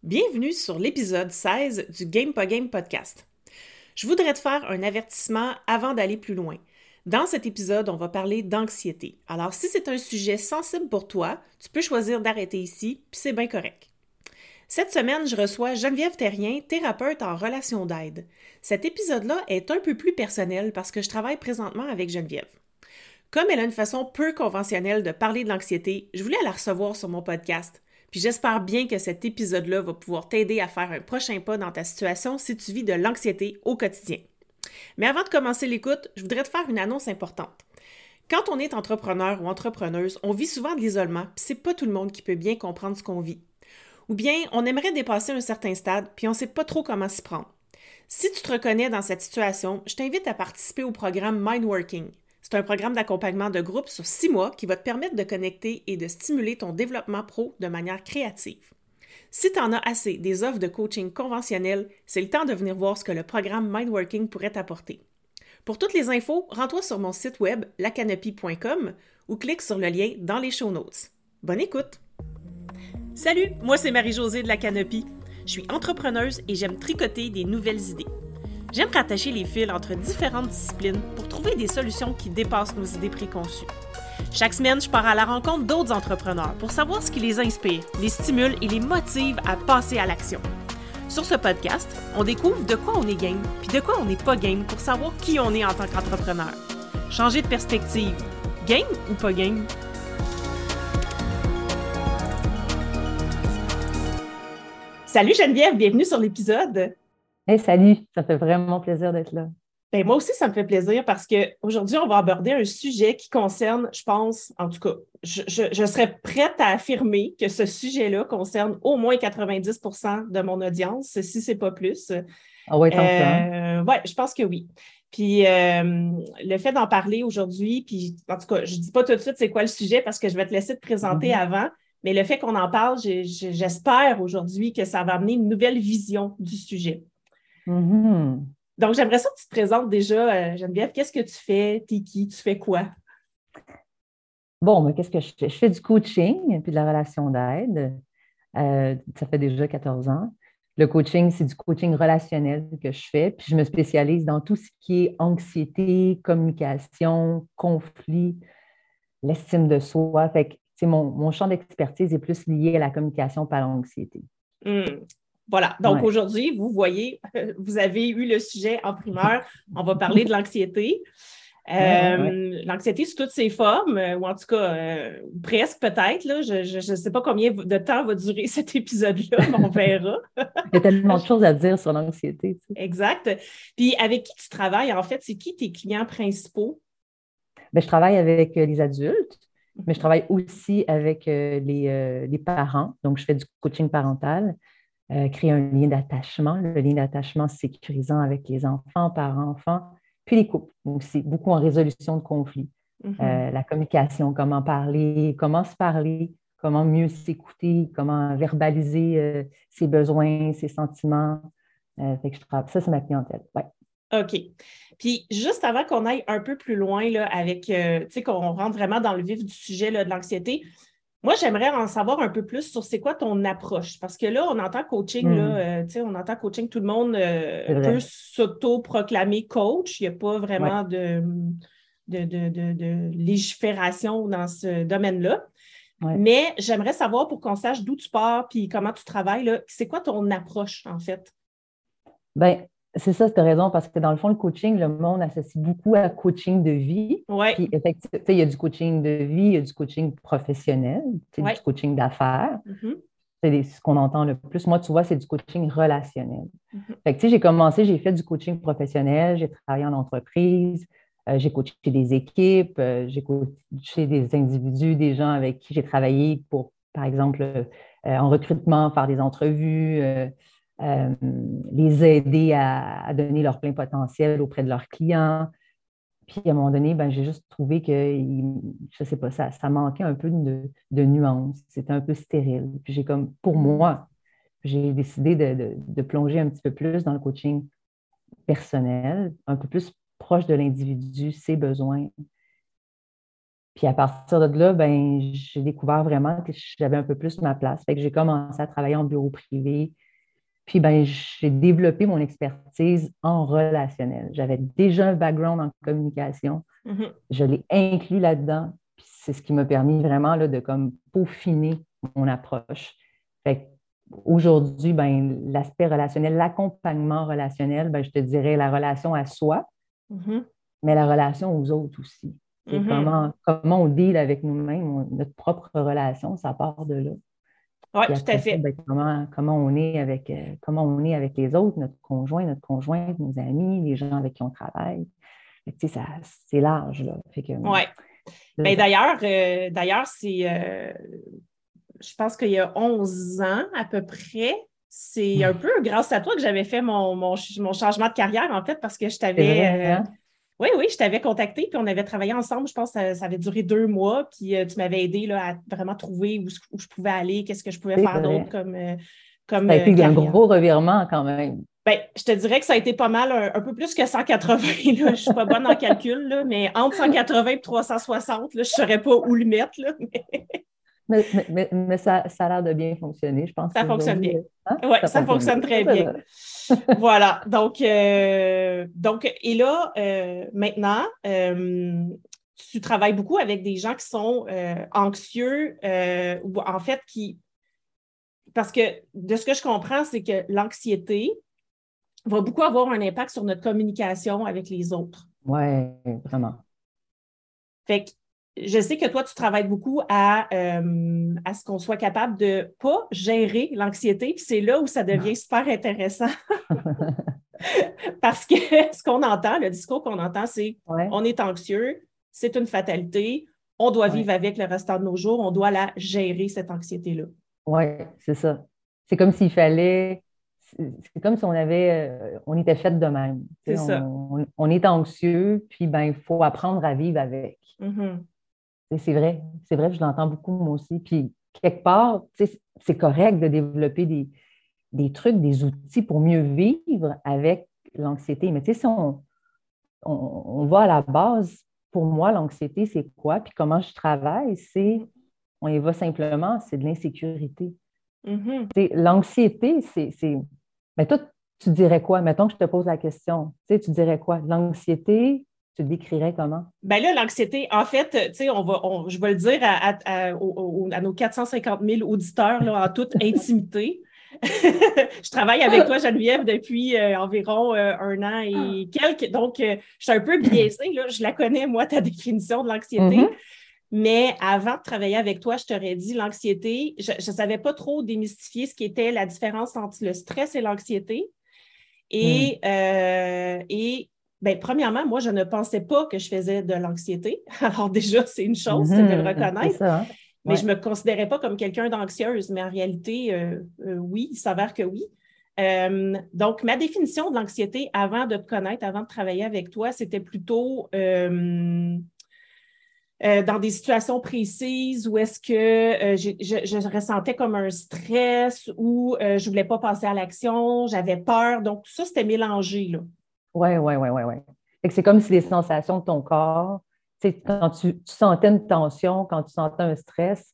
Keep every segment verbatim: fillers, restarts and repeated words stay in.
Bienvenue sur l'épisode seize du Game pas Game podcast. Je voudrais te faire un avertissement avant d'aller plus loin. Dans cet épisode, on va parler d'anxiété. Alors, si c'est un sujet sensible pour toi, tu peux choisir d'arrêter ici, puis c'est bien correct. Cette semaine, je reçois Geneviève Terrien, thérapeute en relation d'aide. Cet épisode-là est un peu plus personnel parce que je travaille présentement avec Geneviève. Comme elle a une façon peu conventionnelle de parler de l'anxiété, je voulais la recevoir sur mon podcast. Puis j'espère bien que cet épisode-là va pouvoir t'aider à faire un prochain pas dans ta situation si tu vis de l'anxiété au quotidien. Mais avant de commencer l'écoute, je voudrais te faire une annonce importante. Quand on est entrepreneur ou entrepreneuse, on vit souvent de l'isolement, puis c'est pas tout le monde qui peut bien comprendre ce qu'on vit. Ou bien, on aimerait dépasser un certain stade, puis on sait pas trop comment s'y prendre. Si tu te reconnais dans cette situation, je t'invite à participer au programme Mindworking. C'est un programme d'accompagnement de groupe sur six mois qui va te permettre de connecter et de stimuler ton développement pro de manière créative. Si tu en as assez des offres de coaching conventionnelles, c'est le temps de venir voir ce que le programme Mindworking pourrait t'apporter. Pour toutes les infos, rends-toi sur mon site web lacanopy point com ou clique sur le lien dans les show notes. Bonne écoute! Salut, moi c'est Marie-Josée de La Canopy. Je suis entrepreneuse et j'aime tricoter des nouvelles idées. J'aime rattacher les fils entre différentes disciplines pour trouver des solutions qui dépassent nos idées préconçues. Chaque semaine, je pars à la rencontre d'autres entrepreneurs pour savoir ce qui les inspire, les stimule et les motive à passer à l'action. Sur ce podcast, on découvre de quoi on est game puis de quoi on n'est pas game pour savoir qui on est en tant qu'entrepreneur. Changer de perspective. Game ou pas game? Salut Geneviève, bienvenue sur l'épisode. Hey, salut, ça fait vraiment plaisir d'être là. Ben, moi aussi, ça me fait plaisir parce qu'aujourd'hui, on va aborder un sujet qui concerne, je pense, en tout cas, je, je, je serais prête à affirmer que ce sujet-là concerne au moins quatre-vingt-dix pour cent de mon audience, si ce n'est pas plus. Ah ouais, tant que ça, hein? Euh, oui, je pense que oui. Puis euh, le fait d'en parler aujourd'hui, puis en tout cas, je ne dis pas tout de suite c'est quoi le sujet parce que je vais te laisser te présenter Mhm. avant, mais le fait qu'on en parle, j'ai- j'ai- j'espère aujourd'hui que ça va amener une nouvelle vision du sujet. Mhm. Donc, j'aimerais ça que tu te présentes déjà, euh, Geneviève. Qu'est-ce que tu fais? T'es qui? Tu fais quoi? Bon, mais qu'est-ce que je fais? Je fais du coaching puis de la relation d'aide. Euh, ça fait déjà quatorze ans. Le coaching, c'est du coaching relationnel que je fais. Puis je me spécialise dans tout ce qui est anxiété, communication, conflit, l'estime de soi. Fait que, tu sais, mon, mon champ d'expertise est plus lié à la communication par l'anxiété. Hmm. Voilà. Donc, Ouais. aujourd'hui, vous voyez, vous avez eu le sujet en primeur. On va parler de l'anxiété. Ouais, ouais, ouais. Euh, l'anxiété sous toutes ses formes, euh, ou en tout cas, euh, presque peut-être. Là. Je ne sais pas combien de temps va durer cet épisode-là, mais on verra. Il y a tellement de choses à dire sur l'anxiété, tu sais. Exact. Puis, avec qui tu travailles, en fait? C'est qui tes clients principaux? Ben, je travaille avec euh, les adultes, mais je travaille aussi avec euh, les, euh, les parents. Donc, je fais du coaching parental, euh, créer un lien d'attachement, le lien d'attachement sécurisant avec les enfants, parents-enfants, puis les couples aussi, beaucoup en résolution de conflits. Mhm. Euh, la communication, comment parler, comment se parler, comment mieux s'écouter, comment verbaliser euh, ses besoins, ses sentiments. Euh, fait que je travaille. Ça, c'est ma clientèle. Ouais. OK. Puis, juste avant qu'on aille un peu plus loin là, avec, euh, tu sais, qu'on rentre vraiment dans le vif du sujet là, de l'anxiété, moi, j'aimerais en savoir un peu plus sur c'est quoi ton approche. Parce que là, on entend coaching, Hmm, là, euh, tu sais, on entend coaching, tout le monde euh, c'est peut vrai. s'auto-proclamer coach. Il n'y a pas Ouais. vraiment de, de, de, de, de légifération dans ce domaine-là. Ouais. Mais j'aimerais savoir pour qu'on sache d'où tu pars puis comment tu travailles, là, c'est quoi ton approche, en fait? Ben, c'est ça, tu as raison, parce que dans le fond, le coaching, le monde associe beaucoup à coaching de vie. Oui, Puis, effectivement, tu sais, il y a du coaching de vie, il y a du coaching professionnel, tu sais, oui. du coaching d'affaires. Mhm, C'est les- ce qu'on entend le plus. Moi, tu vois, c'est du coaching relationnel. mhm. Fait que, tu sais, j'ai commencé, j'ai fait du coaching professionnel, j'ai travaillé en entreprise, euh, j'ai coaché des équipes, euh, j'ai coaché des individus, des gens avec qui j'ai travaillé pour, par exemple, euh, euh, en recrutement, faire des entrevues, euh, euh, les aider à, à donner leur plein potentiel auprès de leurs clients. Puis à un moment donné, ben, j'ai juste trouvé que, il- je sais pas, ça, ça manquait un peu de, de nuances. C'était un peu stérile. Puis j'ai comme, pour Mhm. moi, j'ai décidé de, de- de plonger un petit peu plus dans le coaching personnel, un peu plus proche de l'individu, ses besoins. Puis à partir de là, ben, j'ai découvert vraiment que j'avais un peu plus ma place. Fait que j'ai commencé à travailler en bureau privé. Puis ben, j'ai développé mon expertise en relationnel. J'avais déjà un background en communication. Mhm. Je l'ai inclus là-dedans. Puis c'est ce qui m'a permis vraiment là, de comme peaufiner mon approche. Fait aujourd'hui, ben, l'aspect relationnel, l'accompagnement relationnel, ben, je te dirais la relation à soi, Mhm. mais la relation aux autres aussi. C'est Mhm. comment, comment on deal avec nous-mêmes, on- notre propre relation, ça part de là. Oui, Puis tout à après ça, fait. ben, comment, comment on est avec, euh, comment on est avec les autres, notre conjoint, notre conjointe, nos amis, les gens avec qui on travaille. Fait que, tu sais, ça, c'est large, là. Fait que, Oui. c'est Ben ça. d'ailleurs, euh, d'ailleurs, c'est euh, je pense qu'il y a onze ans à peu près. C'est un peu grâce à toi que j'avais fait mon, mon, mon changement de carrière, en fait, parce que je C'est vrai, t'avais. euh, hein? Oui, oui, je t'avais contacté, puis on avait travaillé ensemble. Je pense que ça, ça avait duré deux mois, puis euh, tu m'avais aidé là, à vraiment trouver où, où je pouvais aller, qu'est-ce que je pouvais C'est faire d'autre vrai. comme, euh, comme Ça a euh, été un carrière. gros revirement quand même. Ben, je te dirais que ça a été pas mal, un, un peu plus que cent quatre-vingts. Là. Je ne suis pas bonne en calcul, là, mais entre cent quatre-vingts et trois cent soixante, là, je ne saurais pas où le mettre. Là, mais Mais, mais, mais, mais ça, ça a l'air de bien fonctionner. Je pense ça fonctionne qu'aujourd'hui, bien. euh, hein, Oui, ça ça fonctionne bien. fonctionne très C'est bien. ça. Voilà. Donc, euh, donc et là, euh, maintenant, euh, tu travailles beaucoup avec des gens qui sont euh, anxieux euh, ou en fait qui. Parce que de ce que je comprends, c'est que l'anxiété va beaucoup avoir un impact sur notre communication avec les autres. Oui, vraiment. Fait que je sais que toi, tu travailles beaucoup à, euh, à ce qu'on soit capable de ne pas gérer l'anxiété, puis c'est là où ça devient super intéressant parce que ce qu'on entend, le discours qu'on entend, c'est Oui, on est anxieux, c'est une fatalité, on doit oui, vivre avec le restant de nos jours, on doit la gérer, cette anxiété-là. oui, c'est ça. C'est comme s'il fallait, c'est c'est comme si on avait, euh, on était fait de même. Tu C'est sais, ça. on, on est anxieux, puis ben, il faut apprendre à vivre avec. Mhm. Tu sais, c'est vrai, c'est vrai, je l'entends beaucoup moi aussi. Puis quelque part, tu sais, c'est correct de développer des, des trucs, des outils pour mieux vivre avec l'anxiété. Mais tu sais, si on, on, on va à la base, pour moi, l'anxiété, c'est quoi? Puis comment je travaille, c'est, on y va simplement, c'est de l'insécurité. Mhm. Tu sais, l'anxiété, c'est, c'est. Mais toi, tu dirais quoi? Mettons que je te pose la question. Tu sais, tu dirais quoi? L'anxiété, tu le décrirais comment? Ben là, l'anxiété, en fait, tu sais, on va, on- je vais le dire à, à- à- au- au- à nos quatre cent cinquante mille auditeurs là, en toute intimité. Je travaille avec toi, Geneviève, depuis euh, environ euh, un an et quelques. Donc, euh, je suis un peu biaisée. Là. Je la connais, moi, ta définition de l'anxiété. Mhm, Mais avant de travailler avec toi, je t'aurais dit l'anxiété. Je ne savais pas trop démystifier ce qui était la différence entre le stress et l'anxiété. mhm, Et, euh, et ben, premièrement, moi, je ne pensais pas que je faisais de l'anxiété. Alors déjà, c'est une chose, c'est de le mhm. C'est reconnaître. ça, hein? Mais je Ouais. ne me considérais pas comme quelqu'un d'anxieuse. Mais en réalité, euh, euh, oui, il s'avère que oui. Euh, donc, ma définition de l'anxiété avant de te connaître, avant de travailler avec toi, c'était plutôt euh, euh, dans des situations précises où est-ce que euh, je, je, je, ressentais comme un stress ou euh, je ne voulais pas passer à l'action, j'avais peur. Donc, tout ça, c'était mélangé, là. Ouais, ouais, ouais, ouais, ouais. Fait que c'est comme si les sensations de ton corps, tu sais, quand tu, tu sentais une tension, quand tu sentais un stress,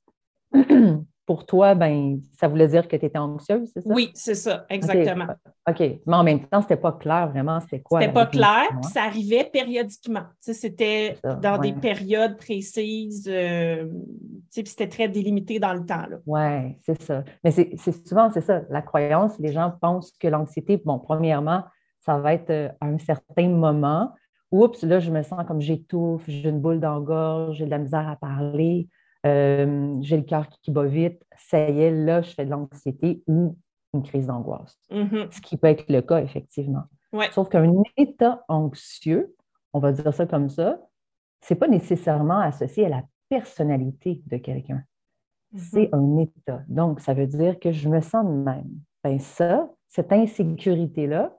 pour toi, ben, ça voulait dire que tu étais anxieuse, c'est ça? Oui, c'est ça, OK. exactement. OK. Mais en même temps, c'était pas clair vraiment, c'était quoi C'était la pas clair, définition, puis hein? ça arrivait périodiquement. Tu sais, C'est c'était ça, dans des ouais. périodes précises, euh, tu sais, puis c'était très délimité dans le temps, là. Ouais, c'est ça. Mais c'est c'est souvent, c'est ça, la croyance, les gens pensent que l'anxiété, bon, premièrement, ça va être euh, à un certain moment. Oups, là, je me sens comme j'étouffe, j'ai une boule dans la gorge, j'ai de la misère à parler, euh, j'ai le cœur qui bat vite. Ça y est, là, je fais de l'anxiété ou une crise d'angoisse. Mhm. Ce qui peut être le cas, effectivement. Ouais. Sauf qu'un état anxieux, on va dire ça comme ça, c'est pas nécessairement associé à la personnalité de quelqu'un, c'est Mhm. un état. Donc, ça veut dire que je me sens de même. Ben ça, cette insécurité-là,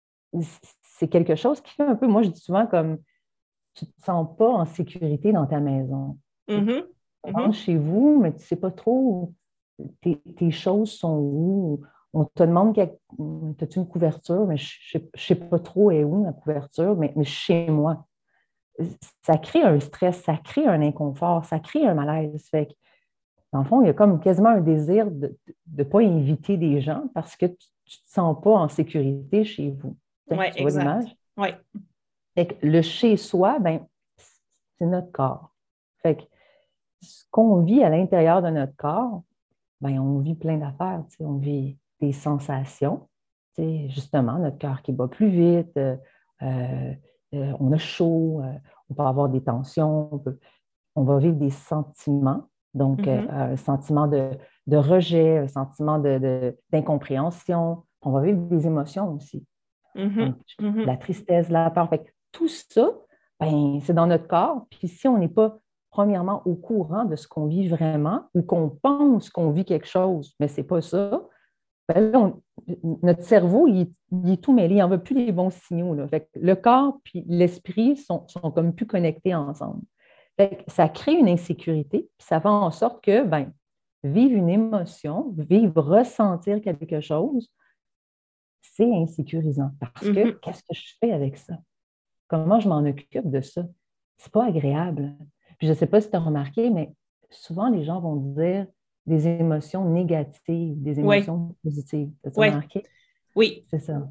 c'est quelque chose qui fait un peu, moi je dis souvent comme, tu ne te sens pas en sécurité dans ta maison. Tu Mhm. rentres Mhm. chez vous, mais tu ne sais pas trop tes, tes choses sont où. On te demande, as-tu une couverture, mais je ne sais, je sais pas trop est où la couverture, mais, mais chez moi. ça crée un stress, ça crée un inconfort, ça crée un malaise. Fait que, dans le fond, il y a comme quasiment un désir de ne pas inviter des gens parce que tu ne te sens pas en sécurité chez vous. Oui, Tu vois exact. l'image? Oui. Fait que le chez-soi, ben, c'est notre corps. Fait que ce qu'on vit à l'intérieur de notre corps, ben, on vit plein d'affaires. Tu sais, on vit des sensations. Tu sais, justement, notre cœur qui bat plus vite, euh, euh, euh, on a chaud, euh, on peut avoir des tensions, on, peut- on va vivre des sentiments. Donc, euh, Mhm. un sentiment de, de rejet, un sentiment de, de- d'incompréhension. On va vivre des émotions aussi. Mhm. Donc, Mhm. la tristesse, la peur. Fait que tout ça, ben, c'est dans notre corps. Puis si on n'est pas, premièrement, au courant de ce qu'on vit vraiment ou qu'on pense qu'on vit quelque chose, mais ce n'est pas ça, ben là, on- notre cerveau, il, il est tout mêlé. Il n'en veut plus les bons signaux. Là. Fait que le corps puis l'esprit sont, sont comme plus connectés ensemble. Fait que ça crée une insécurité, puis ça fait en sorte que, ben, vivre une émotion, vivre, ressentir quelque chose, c'est insécurisant. Parce que Mhm. qu'est-ce que je fais avec ça? Comment je m'en occupe de ça? C'est pas agréable. Puis je ne sais pas si tu as remarqué, mais souvent les gens vont dire des émotions négatives, des Oui, émotions positives. As-tu oui, remarqué? oui. C'est ça.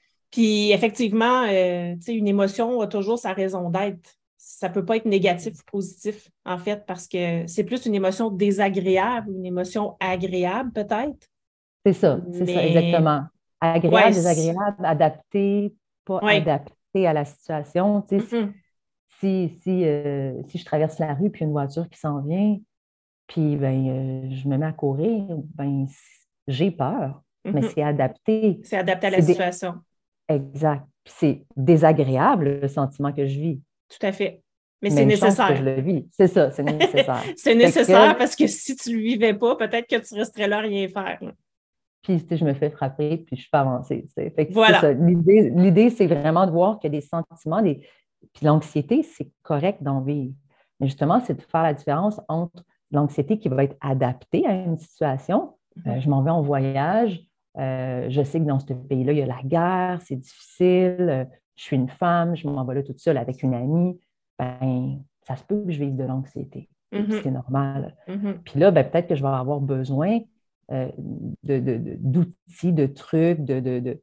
Puis effectivement, euh, tu sais, une émotion a toujours sa raison d'être. Ça ne peut pas être négatif ou positif, en fait, parce que c'est plus une émotion désagréable, une émotion agréable, peut-être. C'est ça, c'est ça, Mais exactement. ouais, Agréable, c'est- désagréable, adapté, pas ouais. adapté à la situation. Tu sais, Mhm. si, si, euh, si je traverse la rue puis une voiture qui s'en vient, puis ben, euh, je me mets à courir, ben, j'ai peur, mais Mhm. c'est adapté. C'est adapté à la C'est dé- situation. exact. Puis c'est désagréable le sentiment que je vis, Tout à fait. Mais c'est mais une chance que je nécessaire. le vis. C'est ça, c'est nécessaire. C'est Fait nécessaire que, parce que si tu ne le vivais pas, peut-être que tu resterais là à rien faire. Là. puis tu sais, je me fais frapper, puis je peux avancer. Tu sais. Fait que c'est ça. Voilà. L'idée, l'idée, c'est vraiment de voir que des sentiments, des... puis l'anxiété, c'est correct d'en vivre. Mais justement, c'est de faire la différence entre l'anxiété qui va être adaptée à une situation. Euh, Mhm. je m'en vais en voyage. Euh, je sais que dans ce pays-là, il y a la guerre, c'est difficile. Euh, je suis une femme, je m'en vais là toute seule avec une amie. Ben, ça se peut que je vive de l'anxiété. Puis Mhm. c'est normal. Mhm. Puis là, ben, peut-être que je vais avoir besoin euh, de, de, de, d'outils, de trucs, de, de, de,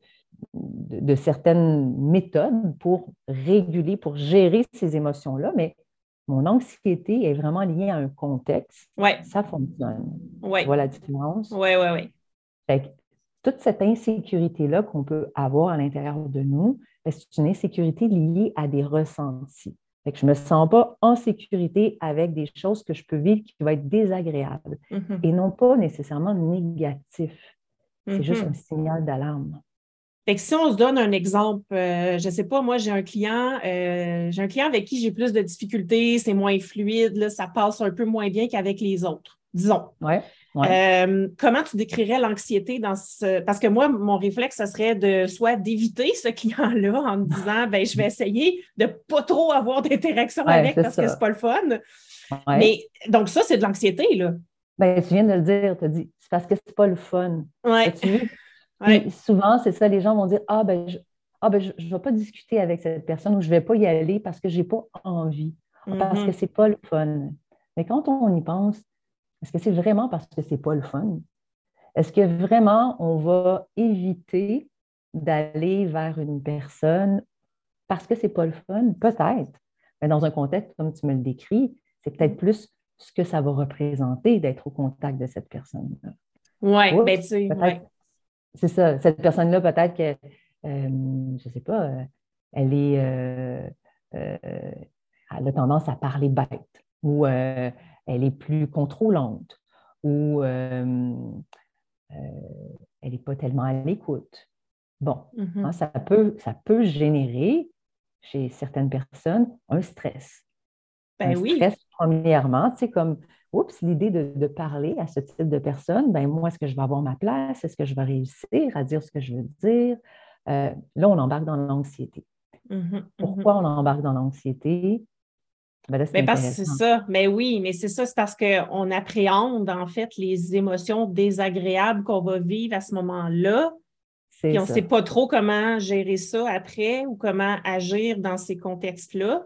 de, certaines méthodes pour réguler, pour gérer ces émotions-là. Mais mon anxiété est vraiment liée à un contexte. Ouais. Ça fonctionne. Tu vois Ouais. la différence? Ouais, ouais, ouais. Fait que toute cette insécurité-là qu'on peut avoir à l'intérieur de nous, ben, c'est une insécurité liée à des ressentis. Fait que je ne me sens pas en sécurité avec des choses que je peux vivre qui vont être désagréables Mhm. et non pas nécessairement négatifs. C'est juste un Mhm. signal d'alarme. Fait que si on se donne un exemple, euh, je ne sais pas, moi, j'ai un client, euh, j'ai un client avec qui j'ai plus de difficultés, c'est moins fluide, là, ça passe un peu moins bien qu'avec les autres, disons. Oui, oui. Euh, comment tu décrirais l'anxiété dans ce... Parce que moi, mon réflexe, ce serait de soit d'éviter ce client-là en me disant, ben, je vais essayer de pas trop avoir d'interaction Oui, avec c'est parce que c'est ça. pas le fun. Ouais. Mais donc ça, c'est de l'anxiété, là. Ben, tu viens de le dire, tu as dit, c'est parce que c'est pas le fun. Ouais, As-tu vu? Puis ouais. souvent, c'est ça, les gens vont dire, ah ben, je ah, ben, je ne vais pas discuter avec cette personne ou je ne vais pas y aller parce que je n'ai pas envie, parce que Mhm. c'est pas le fun. Mais quand on y pense, est-ce que c'est vraiment parce que c'est pas le fun? Est-ce que vraiment on va éviter d'aller vers une personne parce que c'est pas le fun? Peut-être. Mais dans un contexte comme tu me le décris, c'est peut-être plus ce que ça va représenter d'être au contact de cette personne-là. Ouais, ben Oups, tu sais, peut-être, ouais. c'est ça, cette personne-là, peut-être que, euh, je ne sais pas, euh, elle est, euh, euh, elle a tendance à parler bête ou euh, elle est plus contrôlante ou euh, euh, elle n'est pas tellement à l'écoute. Bon, hein, Mhm. ça peut, ça peut générer chez certaines personnes un stress. Un Ben oui. stress, premièrement, tu sais, comme, oups, l'idée de, de parler à ce type de personne, ben moi, est-ce que je vais avoir ma place? Est-ce que je vais réussir à dire ce que je veux dire? Euh, là, on embarque dans l'anxiété. Mhm. Mhm. Pourquoi on embarque dans l'anxiété? Ben là, c'est Mais parce que c'est intéressant. ça. Mais oui, mais c'est ça, c'est parce qu'on appréhende en fait les émotions désagréables qu'on va vivre à ce moment-là. C'est Puis on ne sait ça. pas trop comment gérer ça après ou comment agir dans ces contextes-là.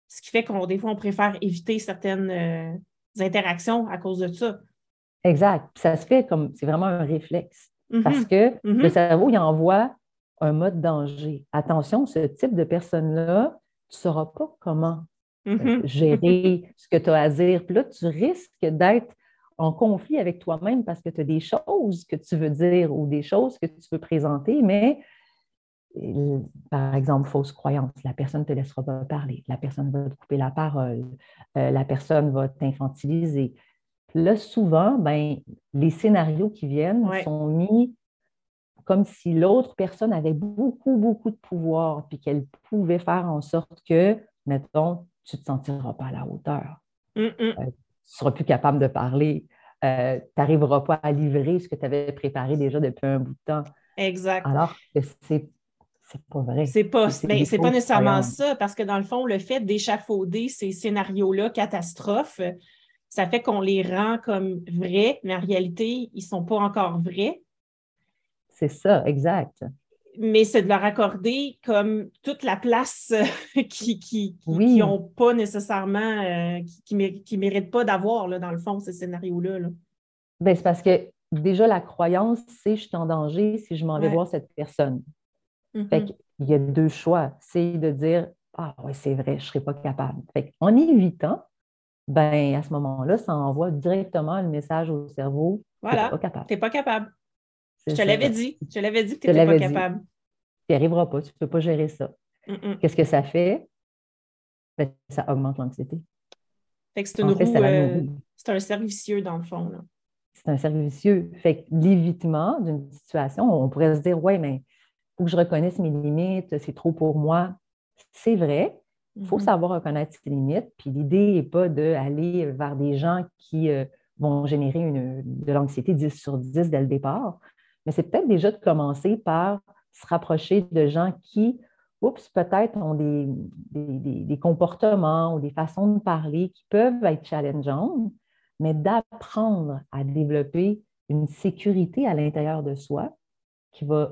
Ce qui fait qu'on des fois, on préfère éviter certaines euh, interactions à cause de ça. Exact. Puis ça se fait comme, c'est vraiment un réflexe. Parce Mhm. que le Mhm. cerveau, il envoie un mode danger. Attention, ce type de personne-là, tu ne sauras pas comment euh, Mhm. gérer ce que tu as à dire. Puis là, tu risques d'être en conflit avec toi-même parce que tu as des choses que tu veux dire ou des choses que tu veux présenter, mais euh, par exemple, fausse croyance, la personne ne te laissera pas parler, la personne va te couper la parole, euh, la personne va t'infantiliser. Puis là, souvent, ben, les scénarios qui viennent Ouais. sont mis comme si l'autre personne avait beaucoup, beaucoup de pouvoir, puis qu'elle pouvait faire en sorte que, mettons, tu ne te sentiras pas à la hauteur. Mm-mm. Euh, tu ne seras plus capable de parler. Euh, tu n'arriveras pas à livrer ce que tu avais préparé déjà depuis un bout de temps. Exact. Alors que c'est c'est pas vrai. C'est pas, C'est c'est mais des c'est pas fausses nécessairement croyances. ça, parce que dans le fond, le fait d'échafauder ces scénarios-là catastrophes, ça fait qu'on les rend comme vrais, mais en réalité, ils ne sont pas encore vrais. C'est ça, exact. Mais c'est de leur accorder comme toute la place euh, qui qui, qui, qui Oui, ont pas nécessairement, euh, qui, qui, mé- qui méritent pas d'avoir, là, dans le fond, ces scénarios-là. Là. ben, c'est parce que déjà, la croyance, c'est je suis en danger si je m'en vais Ouais. voir cette personne. Fait Mhm. qu'il y a deux choix. C'est de dire ah oui, c'est vrai, je ne serai pas capable. Fait en évitant, ben, à ce moment-là, ça envoie directement le message au cerveau, tu n'es pas Voilà. capable. Tu n'es pas capable. Je C'est te l'avais ça. dit. Je te l'avais dit que tu Je te n'étais pas l'avais dit. capable. Tu n'y arriveras pas, tu ne peux pas gérer ça. Mm-mm. Qu'est-ce que ça fait? Ben, ça augmente l'anxiété. Fait que c'est une En fait, ça roue, la euh, nourrit. c'est un cercle vicieux dans le fond. Là. C'est un cercle vicieux. Fait que l'évitement d'une situation, on pourrait se dire, ouais, mais il faut que je reconnaisse mes limites, c'est trop pour moi. C'est vrai, il faut Mhm. savoir reconnaître ses limites. Puis l'idée n'est pas d'aller vers des gens qui euh, vont générer une, de l'anxiété dix sur dix dès le départ, mais c'est peut-être déjà de commencer par se rapprocher de gens qui, oups, peut-être ont des, des, des, des comportements ou des façons de parler qui peuvent être challengeantes, mais d'apprendre à développer une sécurité à l'intérieur de soi qui va,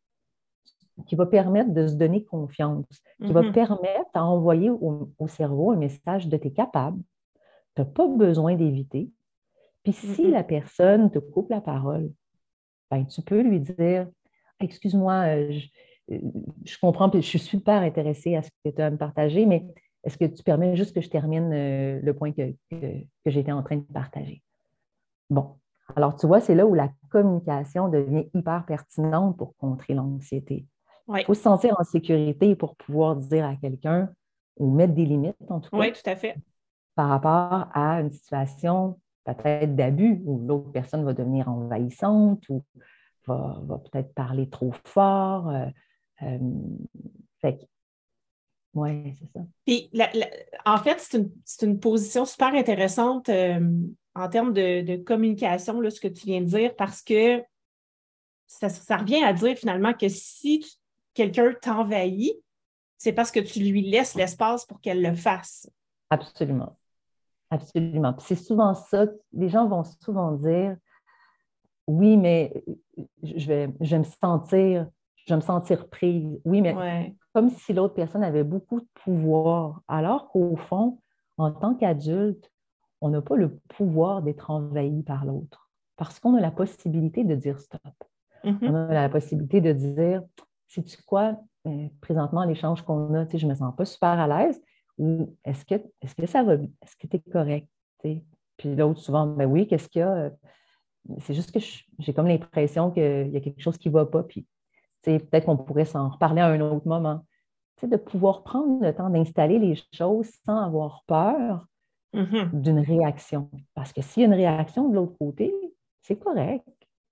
qui va permettre de se donner confiance, qui va Mhm. permettre à envoyer au, au cerveau un message de tu es capable, tu n'as pas besoin d'éviter. Puis si Mhm. la personne te coupe la parole, ben, tu peux lui dire excuse-moi, euh, je, euh, je comprends, puis je suis super intéressée à ce que tu as à me partager, mais est-ce que tu permets juste que je termine euh, le point que, que, que j'étais en train de partager? Bon, alors tu vois, c'est là où la communication devient hyper pertinente pour contrer l'anxiété. Il Oui, faut se sentir en sécurité pour pouvoir dire à quelqu'un, ou mettre des limites en tout cas, oui, tout à fait. par rapport à une situation peut-être d'abus où l'autre personne va devenir envahissante ou va, va peut-être parler trop fort. Euh, euh, fait que, ouais, c'est ça. Puis, la- la- en fait, c'est une, c'est une position super intéressante euh, en termes de, de communication, là, ce que tu viens de dire, parce que ça, ça revient à dire finalement que si tu- quelqu'un t'envahit, c'est parce que tu lui laisses l'espace pour qu'elle le fasse. Absolument. Absolument. Puis c'est souvent ça, les gens vont souvent dire oui, mais je vais, je vais me sentir, je vais me sentir prise. Oui, mais Ouais. comme si l'autre personne avait beaucoup de pouvoir, alors qu'au fond, en tant qu'adulte, on n'a pas le pouvoir d'être envahi par l'autre parce qu'on a la possibilité de dire stop. On Mhm. a la possibilité de dire, sais-tu quoi, euh, présentement, l'échange qu'on a, tu sais, je ne me sens pas super à l'aise ou est-ce que, est-ce que ça va, est-ce que tu es correct? Tu sais? Puis l'autre, souvent, ben oui, qu'est-ce qu'il y a? C'est juste que je- j'ai comme l'impression qu'il y a quelque chose qui ne va pas. Puis, tu sais, peut-être qu'on pourrait s'en reparler à un autre moment. Tu sais, de pouvoir prendre le temps d'installer les choses sans avoir peur Mhm. d'une réaction. Parce que s'il y a une réaction de l'autre côté, c'est correct.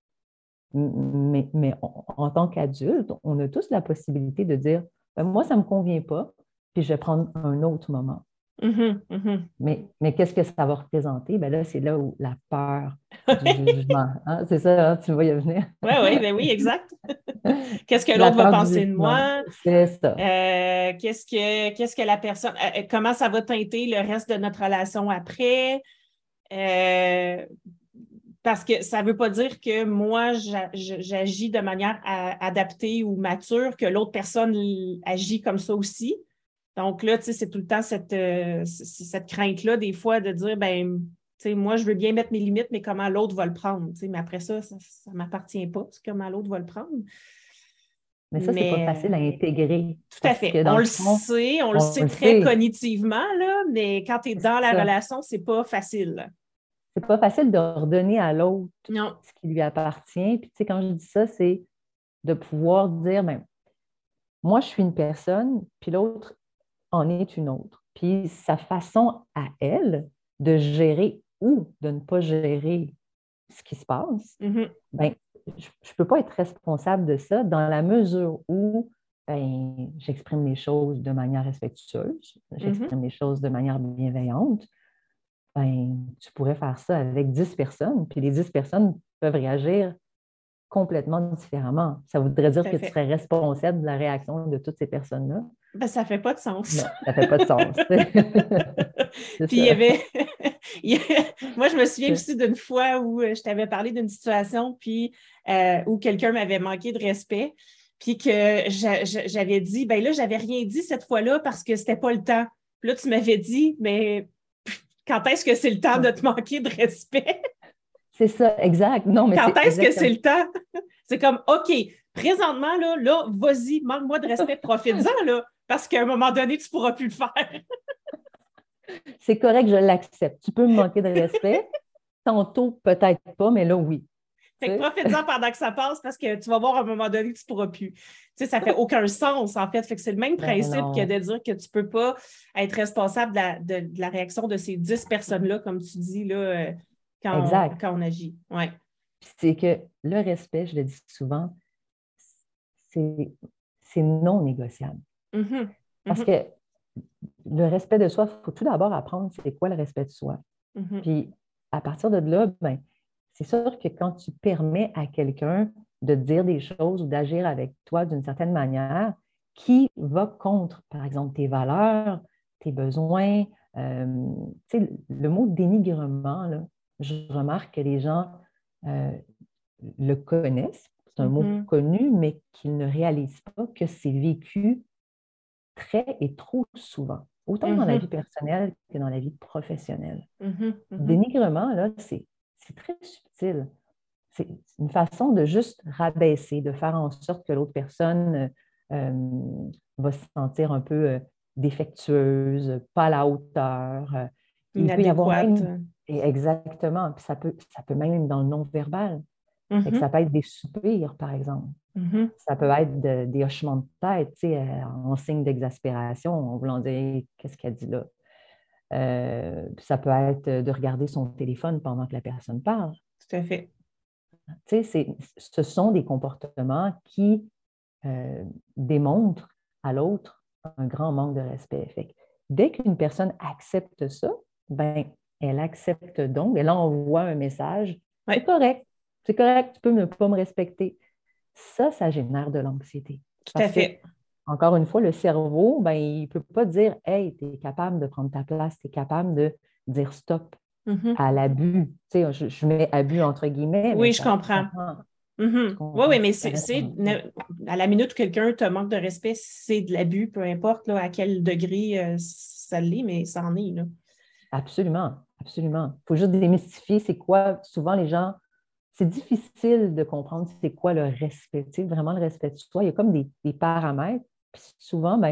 Mais, mais en, en tant qu'adulte, on a tous la possibilité de dire, ben, moi, ça ne me convient pas, puis je vais prendre un autre moment. Mhm. Mhm. Mais, mais qu'est-ce que ça va représenter? Ben là, c'est là où la peur du jugement. Hein? C'est ça, hein? Tu me vois y venir. Oui, oui, ben oui, exact. Qu'est-ce que La l'autre va peur du penser de jugement, moi? c'est ça. Euh, qu'est-ce que, qu'est-ce que la personne, euh, euh, comment ça va teinter le reste de notre relation après? Euh, parce que ça ne veut pas dire que moi, j'a- j'agis de manière à- adaptée ou mature, que l'autre personne agit comme ça aussi. Donc là, tu sais, c'est tout le temps cette, euh, cette crainte-là, des fois, de dire, ben, tu sais, moi, je veux bien mettre mes limites, mais comment l'autre va le prendre? Tu sais, mais après ça, ça ne m'appartient pas, c'est comment l'autre va le prendre. Mais ça, c'est pas facile à Mais intégrer tout à parce fait. que dans On le le fond, sait, on le on sait le très sait, cognitivement, là, mais quand tu es c'est dans la ça. relation, c'est pas facile. C'est pas facile de redonner à l'autre Non. ce qui lui appartient. Puis, tu sais, quand je dis ça, c'est de pouvoir dire, ben, moi, je suis une personne, puis l'autre en est une autre. Puis, sa façon à elle de gérer ou de ne pas gérer ce qui se passe, Mhm. ben, je ne peux pas être responsable de ça dans la mesure où ben, j'exprime les choses de manière respectueuse, Mhm. j'exprime les choses de manière bienveillante. Ben, tu pourrais faire ça avec dix personnes, puis les dix personnes peuvent réagir complètement différemment. Ça voudrait dire Tout à que tu fait. serais responsable de la réaction de toutes ces personnes-là. Ben, ça fait pas de sens. Non, ça ne fait pas de sens. C'est Puis il y ça. avait, il y a- moi je me souviens aussi d'une fois où euh, je t'avais parlé d'une situation puis euh, où quelqu'un m'avait manqué de respect, puis que j'a- j'a- j'avais dit, ben là j'avais rien dit cette fois-là parce que c'était pas le temps. Puis là tu m'avais dit, mais quand est-ce que c'est le temps de te manquer de respect? C'est ça, exact. Non, mais Quand c'est est-ce que c'est exactement. le temps? C'est comme, OK, présentement, là, là, vas-y, manque-moi de respect, profite-en, là, parce qu'à un moment donné, tu ne pourras plus le faire. C'est correct, je l'accepte. Tu peux me manquer de respect. Tantôt, peut-être pas, mais là, oui. Tu Fait que sais? profite-en pendant que ça passe parce que tu vas voir à un moment donné que tu ne pourras plus. Tu sais, ça fait aucun sens, en fait. Fait que c'est le même Ben principe que non. de dire que tu ne peux pas être responsable de la, de, de la réaction de ces dix personnes-là, comme tu dis, là, euh, quand, on, Exact. quand on agit. Ouais. Puis c'est que le respect, je le dis souvent, c'est c'est non négociable. Mhm. Parce Mhm. que le respect de soi, il faut tout d'abord apprendre c'est quoi le respect de soi. Mhm. Puis à partir de là, ben, c'est sûr que quand tu permets à quelqu'un de dire des choses ou d'agir avec toi d'une certaine manière qui va contre, par exemple, tes valeurs, tes besoins, euh, tu sais, le mot dénigrement, là, je remarque que les gens euh, le connaissent, c'est un mot Mhm. connu, mais qu'ils ne réalisent pas que c'est vécu très et trop souvent, autant dans la vie Mhm. personnelle que dans la vie professionnelle. Mhm. Mhm. Dénigrement, là, c'est c'est très subtil. C'est une façon de juste rabaisser, de faire en sorte que l'autre personne euh, va se sentir un peu euh, défectueuse, pas à la hauteur. Euh, Il peut y avoir Inadéquate. même, et exactement, puis ça peut, ça peut même être dans le non-verbal. Fait que ça Mhm. peut être des soupirs, par exemple. Mhm. Ça peut être de- des hochements de tête, tu sais, euh, en signe d'exaspération, en voulant dire qu'est-ce qu'elle dit là. Euh, ça peut être de regarder son téléphone pendant que la personne parle. Tout à fait. Tu sais, c'est- ce sont des comportements qui euh, démontrent à l'autre un grand manque de respect. Fait que dès qu'une personne accepte ça, ben, elle accepte donc, elle envoie un message, c'est Oui, correct, c'est correct, tu peux ne pas me respecter. Ça, ça génère de l'anxiété. tout à Parce que, fait. encore une fois, le cerveau, ben, il ne peut pas dire, hey, tu es capable de prendre ta place, tu es capable de dire stop Mhm. à l'abus. Tu sais, je, je mets abus entre guillemets, mais Oui, je ça, tu comprends. comprends, tu Mhm. Oui, oui, comprends, mais ça c'est, reste c'est- un abus. ne- à la minute où quelqu'un te manque de respect, c'est de l'abus, peu importe là, à quel degré euh, ça l'est, mais ça en est, là. Absolument, absolument. Il faut juste démystifier c'est quoi. Souvent, les gens, c'est difficile de comprendre c'est quoi le respect, tu sais, vraiment le respect de soi. Il y a comme des, des paramètres. Puis souvent, ben,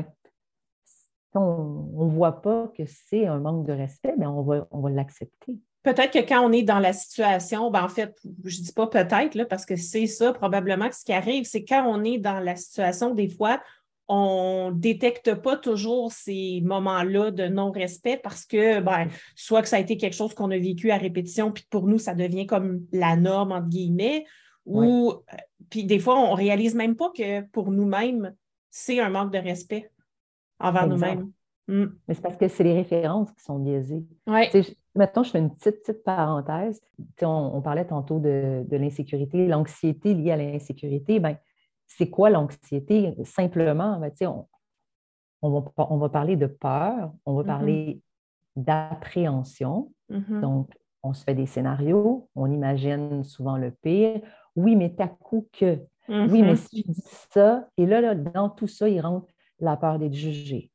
on ne voit pas que c'est un manque de respect, mais on va, on va l'accepter. Peut-être que quand on est dans la situation, ben en fait, je ne dis pas peut-être, là, parce que c'est ça probablement que ce qui arrive, c'est quand on est dans la situation, des fois, on ne détecte pas toujours ces moments-là de non-respect parce que ben, soit que ça a été quelque chose qu'on a vécu à répétition, puis pour nous, ça devient comme la norme, entre guillemets, Oui, ou puis des fois, on ne réalise même pas que pour nous-mêmes, c'est un manque de respect envers exact. nous-mêmes. Mm. Mais c'est parce que c'est les références qui sont biaisées. Oui. Tu sais, je- mettons, je fais une petite, petite parenthèse. Tu sais, on, on parlait tantôt de, de l'insécurité, l'anxiété liée à l'insécurité. Ben, c'est quoi l'anxiété? Simplement, ben, tu sais, on, on va, on va parler de peur, on va Mhm. parler d'appréhension. Mhm. Donc, on se fait des scénarios, on imagine souvent le pire. Oui, mais t'as coup que. Oui, mais Mhm. si je dis ça, et là, là, dans tout ça, il rentre la peur d'être jugé,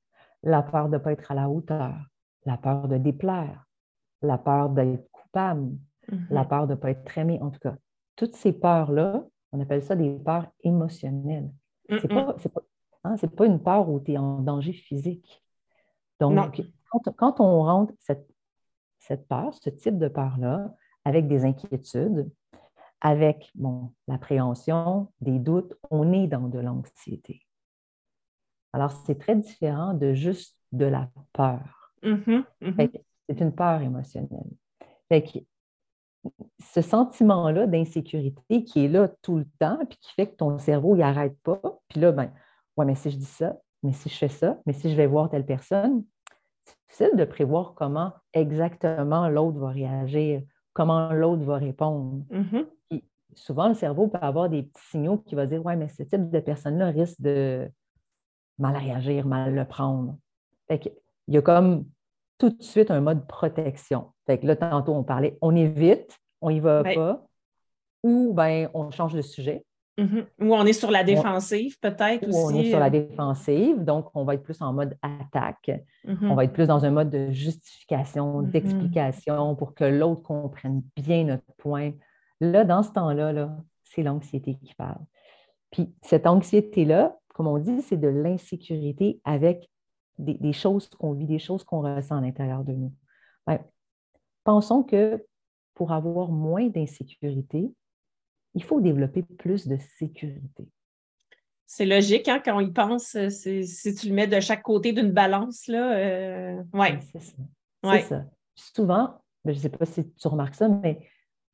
la peur de ne pas être à la hauteur, la peur de déplaire, la peur d'être coupable, la Mhm. peur de ne pas être aimé, en tout cas. Toutes ces peurs-là, on appelle ça des peurs émotionnelles. C'est Mm-mm. pas, c'est pas, hein, c'est pas une peur où tu es en danger physique. Non. Donc, quand, quand on rentre cette, cette peur, ce type de peur-là, avec des inquiétudes, avec bon, l'appréhension, des doutes, on est dans de l'anxiété. Alors, c'est très différent de juste de la peur. Mhm. Fait Mhm. que c'est une peur émotionnelle. Fait que ce sentiment-là d'insécurité qui est là tout le temps, puis qui fait que ton cerveau, il n'arrête pas. Puis là, ben, ouais, mais si je dis ça, mais si je fais ça, mais si je vais voir telle personne, c'est difficile de prévoir comment exactement l'autre va réagir, comment l'autre va répondre. Mhm. Puis souvent, le cerveau peut avoir des petits signaux qui vont dire, ouais, mais ce type de personne-là risque de mal réagir, mal le prendre. Fait qu'il y a comme tout de suite un mode protection. Fait que là, tantôt, on parlait, on évite, on n'y va Ouais. pas, ou ben on change de sujet, Mhm. Ou on est sur la ou défensive, peut-être ou on est aussi. sur euh. la défensive, donc on va être plus en mode attaque. On Mhm. va être plus dans un mode de justification, Mhm. d'explication pour que l'autre comprenne bien notre point. Là, dans ce temps-là, là, c'est l'anxiété qui parle. Puis cette anxiété-là, comme on dit, c'est de l'insécurité avec des, des choses qu'on vit, des choses qu'on ressent à l'intérieur de nous. Ben, pensons que pour avoir moins d'insécurité, il faut développer plus de sécurité. C'est logique, hein, quand on y pense, euh, c'est- si tu le mets de chaque côté d'une balance, là, euh, Ben, ouais, c'est ça. C'est ouais. ça. Souvent, ben, je ne sais pas si tu remarques ça, mais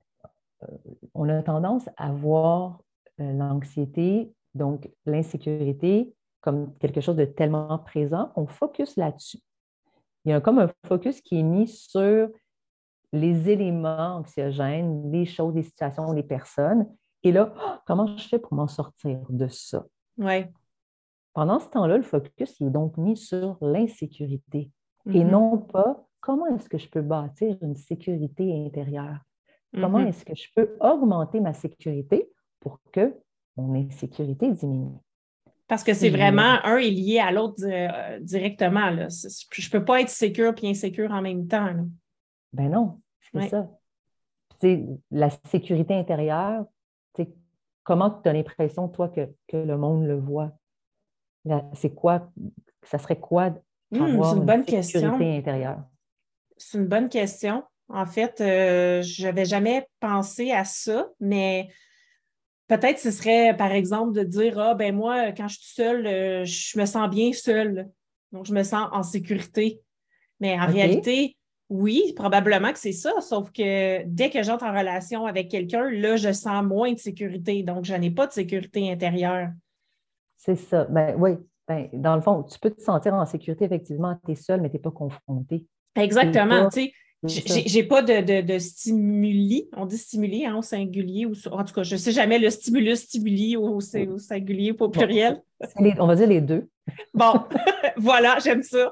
on a tendance à voir euh, l'anxiété, donc l'insécurité, comme quelque chose de tellement présent qu'on focus là-dessus. Il y a comme un focus qui est mis sur les éléments anxiogènes, les choses, les situations, les personnes. Et là, oh, comment je fais pour m'en sortir de ça? Ouais. Pendant ce temps-là, le focus il est donc mis sur l'insécurité et Mhm. non pas comment est-ce que je peux bâtir une sécurité intérieure? Comment Mhm. est-ce que je peux augmenter ma sécurité pour que mon insécurité diminue? Parce que c'est Si je mets... vraiment un est lié à l'autre euh, directement, là. C'est- Je ne peux pas être sécure et insécure en même temps, là. Ben non, c'est Ouais. ça. Tu sais, la sécurité intérieure, tu sais, comment tu as l'impression, toi, que, que le monde le voit? Là, c'est quoi, ça serait quoi Hmm, c'est avoir une une bonne question. sécurité intérieure? C'est une bonne question. En fait, euh, je n'avais jamais pensé à ça, mais peut-être ce serait, par exemple, de dire, ah, ben moi, quand je suis seule, euh, je me sens bien seule. Donc, je me sens en sécurité. Mais en OK? réalité, oui, probablement que c'est ça, sauf que dès que j'entre en relation avec quelqu'un, là, je sens moins de sécurité. Donc, je n'ai pas de sécurité intérieure. C'est ça. Ben oui. Ben, dans le fond, tu peux te sentir en sécurité, effectivement, tu es seul, mais tu n'es pas confronté. T'es Exactement, pas. tu sais, C'est j'ai ça. j'ai pas de, de, de stimuli, on dit stimuli hein, au singulier, ou en tout cas, je ne sais jamais le stimulus stimuli au, au singulier ou au Bon, pluriel. c'est les- on va dire les deux. Bon, voilà, j'aime ça.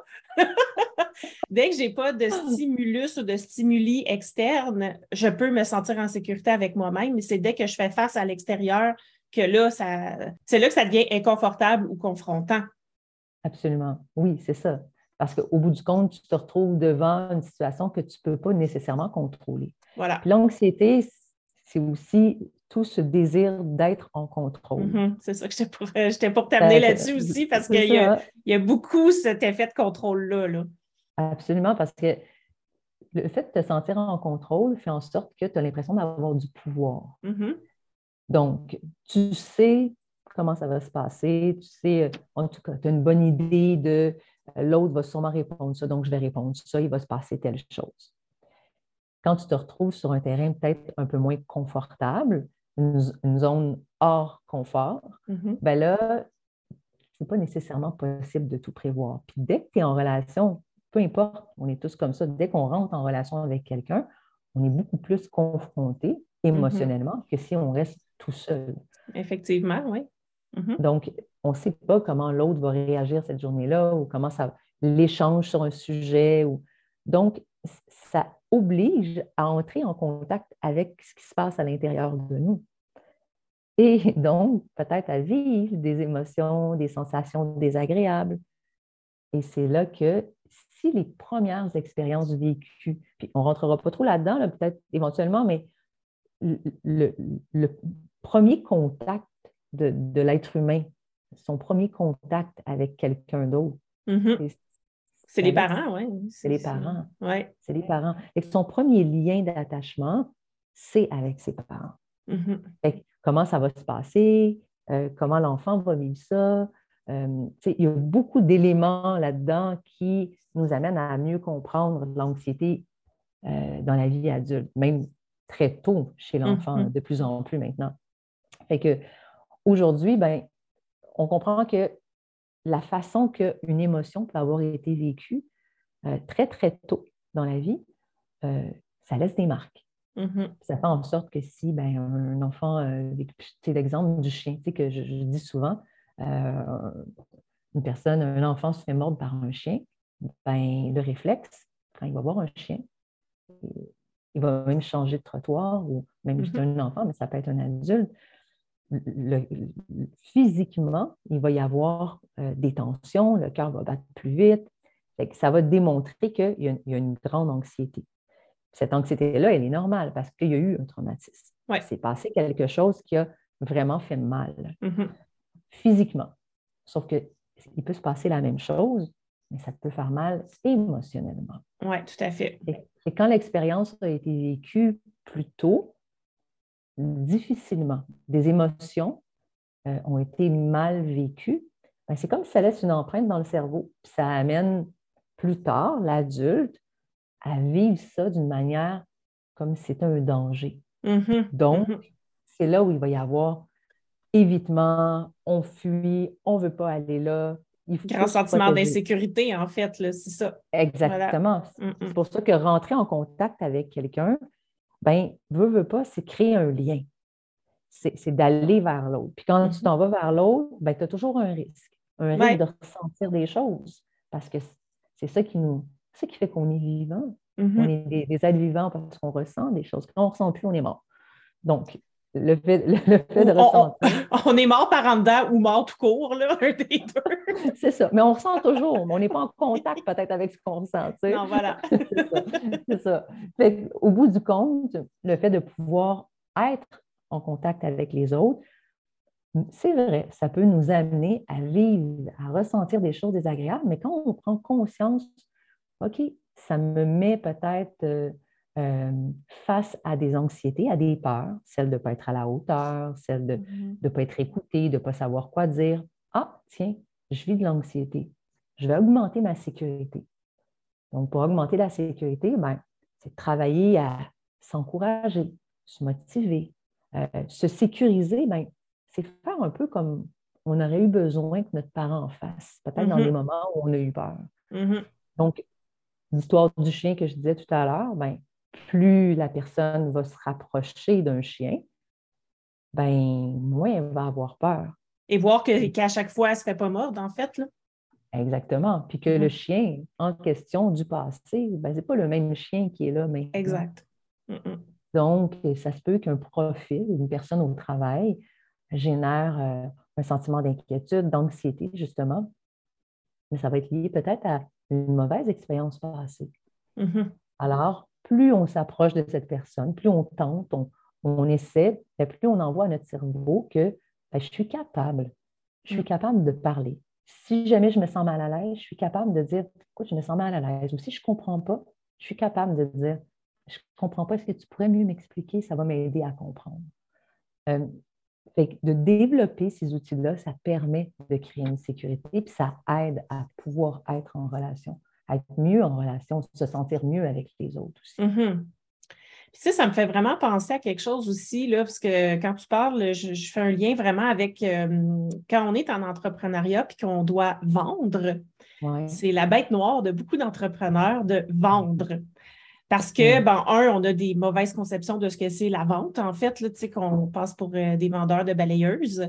Dès que j'ai pas de stimulus ou de stimuli externes, je peux me sentir en sécurité avec moi-même, mais c'est dès que je fais face à l'extérieur que là, ça, c'est là que ça devient inconfortable ou confrontant. Absolument. Oui, c'est ça. Parce qu'au bout du compte, tu te retrouves devant une situation que tu ne peux pas nécessairement contrôler. Voilà. Puis l'anxiété, c'est aussi tout ce désir d'être en contrôle. Mhm. C'est ça que j'étais pour, euh, j'étais pour t'amener Ça- ça- là-dessus aussi parce C'est qu'il y a, ça, il y a beaucoup cet effet de contrôle-là. Là. absolument, parce que le fait de te sentir en contrôle fait en sorte que tu as l'impression d'avoir du pouvoir. Mhm. Donc, tu sais comment ça va se passer, tu sais, euh, en tout cas, tu as une bonne idée de euh, l'autre va sûrement répondre ça, donc je vais répondre ça, il va se passer telle chose. Quand tu te retrouves sur un terrain peut-être un peu moins confortable, une, une zone hors confort, Mhm. ben là, c'est pas nécessairement possible de tout prévoir. Puis dès que tu es en relation, peu importe, on est tous comme ça, dès qu'on rentre en relation avec quelqu'un, on est beaucoup plus confronté Mhm. émotionnellement que si on reste tout seul. Effectivement, oui. Mhm. Donc, on ne sait pas comment l'autre va réagir cette journée-là ou comment ça l'échange sur un sujet. Ou... Donc, ça oblige à entrer en contact avec ce qui se passe à l'intérieur de nous. Et donc, peut-être à vivre des émotions, des sensations désagréables. Et c'est là que si les premières expériences vécues, puis on ne rentrera pas trop là-dedans, là, peut-être éventuellement, mais le, le, le premier contact de, de l'être humain, son premier contact avec quelqu'un d'autre, Mm-hmm. c'est C'est c'est les avec parents, oui. c'est C'est les ça. parents. Ouais. C'est les parents. Et que son premier lien d'attachement, c'est avec ses parents. Mm-hmm. Fait que comment ça va se passer? Euh, comment l'enfant va vivre ça? Euh, il y a beaucoup d'éléments là-dedans qui nous amènent à mieux comprendre l'anxiété euh, dans la vie adulte, même très tôt chez l'enfant, Mm-hmm. de plus en plus maintenant. Fait que aujourd'hui, ben, on comprend que la façon qu'une émotion peut avoir été vécue euh, très, très tôt dans la vie, euh, ça laisse des marques. Mm-hmm. Ça fait en sorte que si ben, un enfant, euh, c'est l'exemple du chien, tu sais, que je, je dis souvent, euh, une personne, un enfant se fait mordre par un chien, ben, le réflexe, quand il va voir un chien, il va même changer de trottoir, ou même juste Mm-hmm. un enfant, mais ça peut être un adulte. Le, le, physiquement, il va y avoir euh, des tensions, le cœur va battre plus vite. Fait que ça va démontrer qu'il y, y a une grande anxiété. Cette anxiété-là, elle est normale parce qu'il y a eu un traumatisme. Ouais. Il s'est passé quelque chose qui a vraiment fait mal, Mm-hmm. physiquement. Sauf qu'il peut se passer la même chose, mais ça peut faire mal émotionnellement. Oui, tout à fait. Et, et quand l'expérience a été vécue plus tôt, difficilement, des émotions euh, ont été mal vécues, ben, c'est comme si ça laisse une empreinte dans le cerveau. Puis ça amène plus tard l'adulte à vivre ça d'une manière comme si c'était un danger. Mm-hmm. Donc, Mm-hmm. c'est là où il va y avoir évitement, on fuit, on ne veut pas aller là. Il faut Grand se sentiment protéger. d'insécurité, en fait, là, c'est ça. Exactement. Voilà. C'est pour ça que rentrer en contact avec quelqu'un, ben, veut, veut pas, c'est créer un lien. C'est, c'est d'aller vers l'autre. Puis quand Mm-hmm. tu t'en vas vers l'autre, ben, tu as toujours un risque. Un risque Ouais. de ressentir des choses. Parce que c'est ça qui nous, c'est ça qui fait qu'on est vivant. Mm-hmm. On est des, des êtres vivants parce qu'on ressent des choses. Quand on ne ressent plus, on est mort. Donc, le fait, le fait de on, ressentir. On, on est mort par en dedans ou mort tout court, là, un des deux. C'est ça. Mais on ressent toujours, mais on n'est pas en contact peut-être avec ce qu'on ressent. Tu sais. Non, voilà. C'est ça. C'est ça. Fait au bout du compte, le fait de pouvoir être en contact avec les autres, c'est vrai, ça peut nous amener à vivre, à ressentir des choses désagréables, mais quand on prend conscience, OK, ça me met peut-être euh, euh, face à des anxiétés, à des peurs, celle de ne pas être à la hauteur, celle de ne mm-hmm. pas être écoutée, de ne pas savoir quoi dire. Ah, tiens, je vis de l'anxiété. Je vais augmenter ma sécurité. Donc, pour augmenter la sécurité, ben, c'est de travailler à s'encourager, se motiver, euh, se sécuriser, ben, c'est faire un peu comme on aurait eu besoin que notre parent en fasse, peut-être mm-hmm. dans des moments où on a eu peur. Mm-hmm. Donc, l'histoire du chien que je disais tout à l'heure, ben, plus la personne va se rapprocher d'un chien, ben, moins elle va avoir peur. Et voir que, qu'à chaque fois, elle ne se fait pas mordre, en fait, là. Exactement. Puis que mm-hmm. le chien en question du passé, ben, ce n'est pas le même chien qui est là maintenant. Exact. Mm-hmm. Donc, ça se peut qu'un profil, une personne au travail, génère euh, un sentiment d'inquiétude, d'anxiété, justement. Mais ça va être lié peut-être à une mauvaise expérience passée. Mm-hmm. Alors, plus on s'approche de cette personne, plus on tente, on, on essaie, plus on envoie à notre cerveau que ben, je suis capable, je suis capable de parler. Si jamais je me sens mal à l'aise, je suis capable de dire, écoute, je me sens mal à l'aise. Ou si je ne comprends pas, je suis capable de dire, je ne comprends pas, est-ce que tu pourrais mieux m'expliquer? Ça va m'aider à comprendre. Euh, fait de développer ces outils-là, ça permet de créer une sécurité, puis ça aide à pouvoir être en relation, à être mieux en relation, se sentir mieux avec les autres aussi. Mm-hmm. Puis ça, ça me fait vraiment penser à quelque chose aussi, là, parce que quand tu parles, je, je fais un lien vraiment avec euh, quand on est en entrepreneuriat puis qu'on doit vendre, ouais. c'est la bête noire de beaucoup d'entrepreneurs de vendre. Parce que, bon, un, on a des mauvaises conceptions de ce que c'est la vente, en fait, là, tu sais, qu'on passe pour euh, des vendeurs de balayeuses.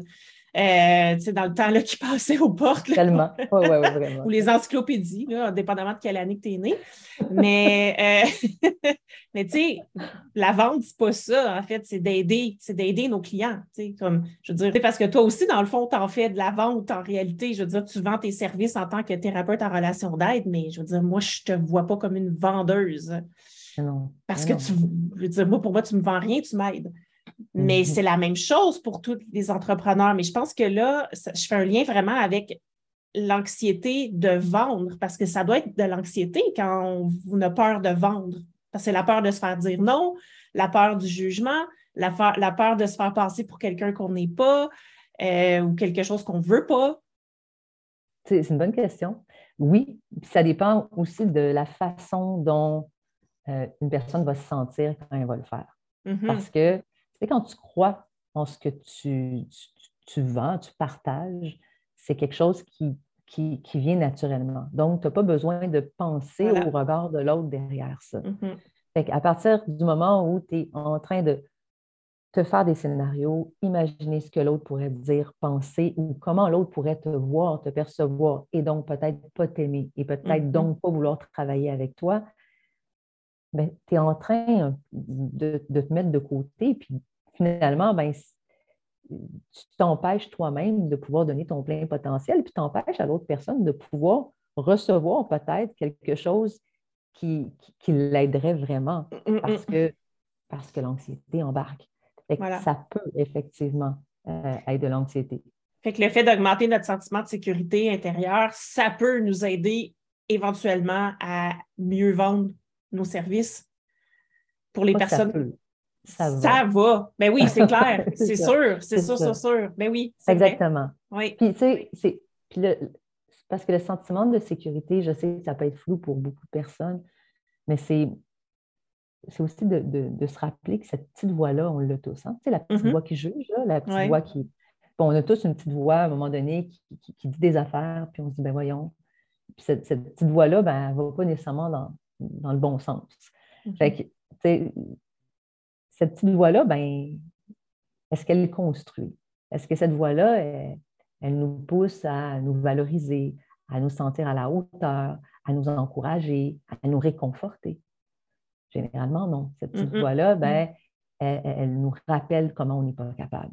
Euh, tu sais, dans le temps là, qui passait aux portes, là, Tellement. Oui, oui, oui, ou vraiment. les encyclopédies, là, dépendamment de quelle année que tu es né. Mais, euh, mais tu sais, la vente, c'est pas ça, en fait, c'est d'aider, c'est d'aider nos clients. Tu sais, comme, je veux dire, c'est parce que toi aussi, dans le fond, tu en fais de la vente en réalité. Je veux dire, tu vends tes services en tant que thérapeute en relation d'aide, mais je veux dire, moi, je te vois pas comme une vendeuse. Mais non, Parce mais que tu, non. je veux dire, moi, pour moi, tu me vends rien, tu m'aides. Mais c'est Mhm. la même chose pour tous les entrepreneurs. Mais je pense que là, ça- je fais un lien vraiment avec l'anxiété de vendre, parce que ça doit être de l'anxiété quand on, on a peur de vendre. Parce que c'est la peur de se faire dire non, la peur du jugement, la, fa- la peur de se faire passer pour quelqu'un qu'on n'est pas euh, ou quelque chose qu'on ne veut pas. C'est c'est une bonne question. Oui, puis ça dépend aussi de la façon dont euh, une personne va se sentir quand elle va le faire. Mhm. Parce que c'est quand tu crois en ce que tu, tu, tu vends, tu partages, c'est quelque chose qui, qui, qui vient naturellement. Donc, tu n'as pas besoin de penser au Voilà. regard de l'autre derrière ça. Mhm. Fait qu'à partir du moment où tu es en train de te faire des scénarios, imaginer ce que l'autre pourrait te dire, penser, ou comment l'autre pourrait te voir, te percevoir, et donc peut-être pas t'aimer, et peut-être Mhm. donc pas vouloir travailler avec toi, ben, tu es en train de, de te mettre de côté, puis finalement, ben, tu t'empêches toi-même de pouvoir donner ton plein potentiel, puis t'empêches à l'autre personne de pouvoir recevoir peut-être quelque chose qui, qui, qui l'aiderait vraiment parce Mhm. que, parce que l'anxiété embarque. Fait que Voilà. ça peut effectivement euh, être de l'anxiété. Fait que le fait d'augmenter notre sentiment de sécurité intérieure, ça peut nous aider éventuellement à mieux vendre nos services pour les Pas ça personnes. peut, ça Ça va. va. Ben oui, c'est clair. C'est C'est ça, sûr. C'est c'est sûr, c'est ça. sûr. Ben oui, c'est vrai. Exactement. Oui. Puis, tu sais, c'est, puis le- parce que le sentiment de sécurité, je sais que ça peut être flou pour beaucoup de personnes, mais c'est c'est aussi de, de- de se rappeler que cette petite voix-là, on l'a tous. Hein? Tu sais, la petite Mhm. voix qui juge, là, la petite Oui. voix qui. Bon, on a tous une petite voix à un moment donné qui, qui- qui dit des affaires, puis on se dit, ben voyons. Puis cette, cette petite voix-là, ben, elle ne va pas nécessairement dans, dans le bon sens. Fait Mhm. que, tu sais, cette petite voix-là, ben, est-ce qu'elle est construit? Est-ce que cette voix-là, elle, elle nous pousse à nous valoriser, à nous sentir à la hauteur, à nous encourager, à nous réconforter? Généralement, non. Cette petite Mhm. voix-là, ben, elle, elle nous rappelle comment on n'est pas capable.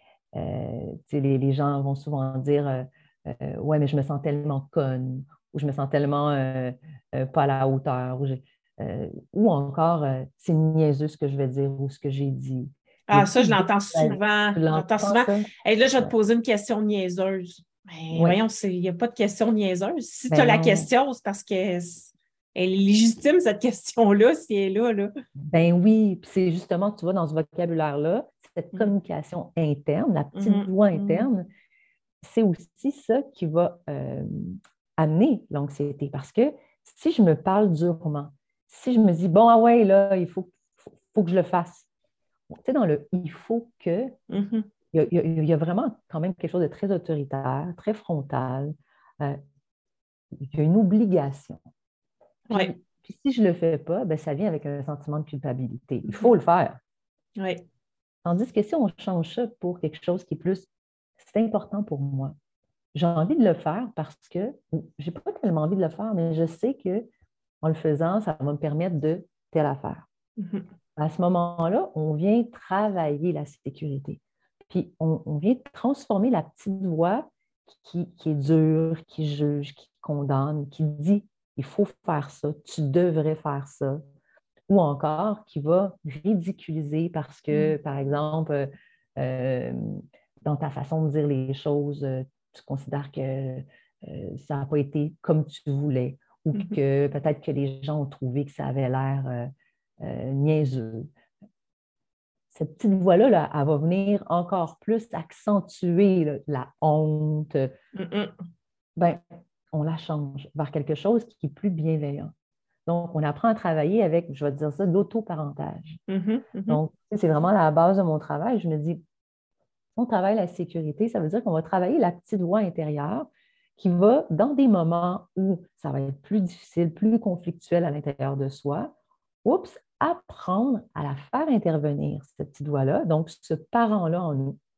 Euh, tu sais, les, les gens vont souvent dire euh, euh, ouais, mais je me sens tellement conne, ou je me sens tellement euh, euh, pas à la hauteur, ou, j'ai- euh, ou encore euh, c'est niaiseux ce que je vais dire ou ce que j'ai dit. Il y a Ah, ça, tout je l'entends dévalué. souvent. Tu Je l'entends l'entends, souvent. ça? Et là, je vais te Ouais. poser une question niaiseuse. Mais Oui. voyons, c'est- il n'y a pas de question niaiseuse. Si tu as Ben la non. question, c'est parce qu'elle est légitime, cette question-là, si elle est là, là. Ben oui. Puis c'est justement, tu vois, dans ce vocabulaire-là, cette Mhm. communication interne, la petite Mhm. voix Mhm. interne, c'est aussi ça qui va euh, amener l'anxiété. Parce que si je me parle durement, si je me dis, bon, ah ouais, là, il faut, faut, faut que je le fasse. Bon, tu sais, dans le il faut que, Mhm. il y, a, il y a- il y a vraiment quand même quelque chose de très autoritaire, très frontal. Euh, il y a une obligation. Oui. Puis, puis si je ne le fais pas, ben, ça vient avec un sentiment de culpabilité. Il faut Mhm. le faire. Oui. Tandis que si on change ça pour quelque chose qui est plus, c'est important pour moi. J'ai envie de le faire parce que j'ai pas tellement envie de le faire, mais je sais que en le faisant, ça va me permettre de telle affaire. Mhm. À ce moment-là, on vient travailler la sécurité. Puis on, on vient transformer la petite voix qui, qui est dure, qui juge, qui condamne, qui dit il faut faire ça, tu devrais faire ça, ou encore qui va ridiculiser parce que, Mhm. par exemple, euh, dans ta façon de dire les choses, euh, tu considères que euh, ça n'a pas été comme tu voulais, ou Mhm. que peut-être que les gens ont trouvé que ça avait l'air euh, euh, niaiseux. Cette petite voix-là, là, elle va venir encore plus accentuer là, la honte. Mhm. Ben, on la change vers quelque chose qui est plus bienveillant. Donc, on apprend à travailler avec, je vais te dire ça, l'auto-parentage. Mhm. Mhm. Donc, c'est vraiment la base de mon travail. Je me dis, on travaille la sécurité, ça veut dire qu'on va travailler la petite voix intérieure qui va, dans des moments où ça va être plus difficile, plus conflictuel à l'intérieur de soi, oups, apprendre à la faire intervenir, cette petite voix-là, donc ce parent-là en nous,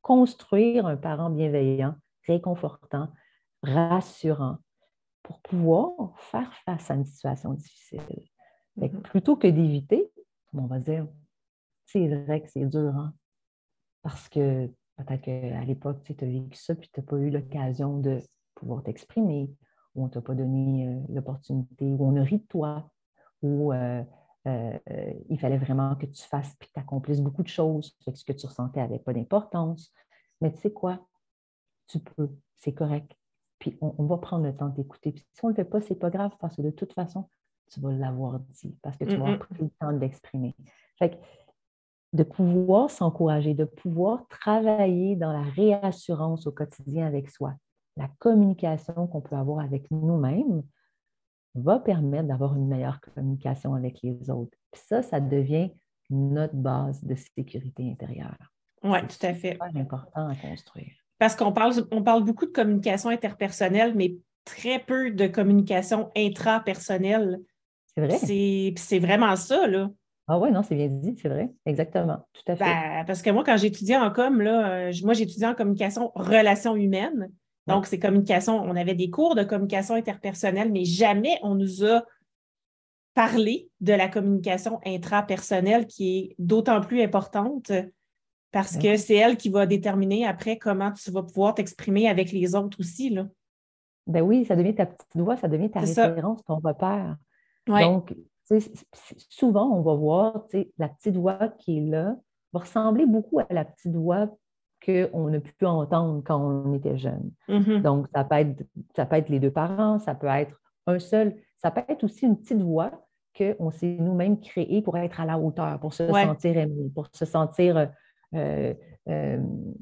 construire un parent bienveillant, réconfortant, rassurant pour pouvoir faire face à une situation difficile. Fait que Mhm. plutôt que d'éviter, on va dire, c'est vrai que c'est dur, hein? Parce que peut-être qu'à l'époque, tu as vécu ça, puis tu n'as pas eu l'occasion de pouvoir t'exprimer, ou on ne t'a pas donné euh, l'opportunité, ou on a ri de toi, ou euh, euh, euh, il fallait vraiment que tu fasses, puis que tu accomplisses beaucoup de choses, fait que ce que tu ressentais n'avait pas d'importance. Mais tu sais quoi? Tu peux, c'est correct. Puis on, on va prendre le temps de t'écouter. Puis si on ne le fait pas, c'est pas grave, parce que de toute façon, tu vas l'avoir dit, parce que tu vas avoir Mhm. pris le temps de l'exprimer. Fait que de pouvoir s'encourager, de pouvoir travailler dans la réassurance au quotidien avec soi. La communication qu'on peut avoir avec nous-mêmes va permettre d'avoir une meilleure communication avec les autres. Puis ça, ça devient notre base de sécurité intérieure. Oui, C'est tout à fait. super important à construire. Parce qu'on parle, on parle beaucoup de communication interpersonnelle, mais très peu de communication intrapersonnelle. C'est Puis vrai? c'est, puis c'est vraiment ça, là. Ah oui, non, c'est bien dit, c'est vrai. Exactement, tout à fait. Ben, parce que moi, quand j'étudiais en com, là, euh, moi, j'étudiais en communication relations humaines. Oui, Donc, c'est communication, on avait des cours de communication interpersonnelle, mais jamais on nous a parlé de la communication intrapersonnelle qui est d'autant plus importante parce ben que oui. c'est elle qui va déterminer après comment tu vas pouvoir t'exprimer avec les autres aussi, là. Ben oui, ça devient ta petite voix, ça devient ta C'est ça. référence, ton repère. Oui. Donc, tu sais, souvent, on va voir, tu sais, la petite voix qui est là va ressembler beaucoup à la petite voix qu'on a pu entendre quand on était jeune. Mhm. Donc, ça peut être, ça peut être les deux parents, ça peut être un seul, ça peut être aussi une petite voix qu'on s'est nous-mêmes créée pour être à la hauteur, pour se Ouais. sentir aimé, pour se sentir, euh, euh,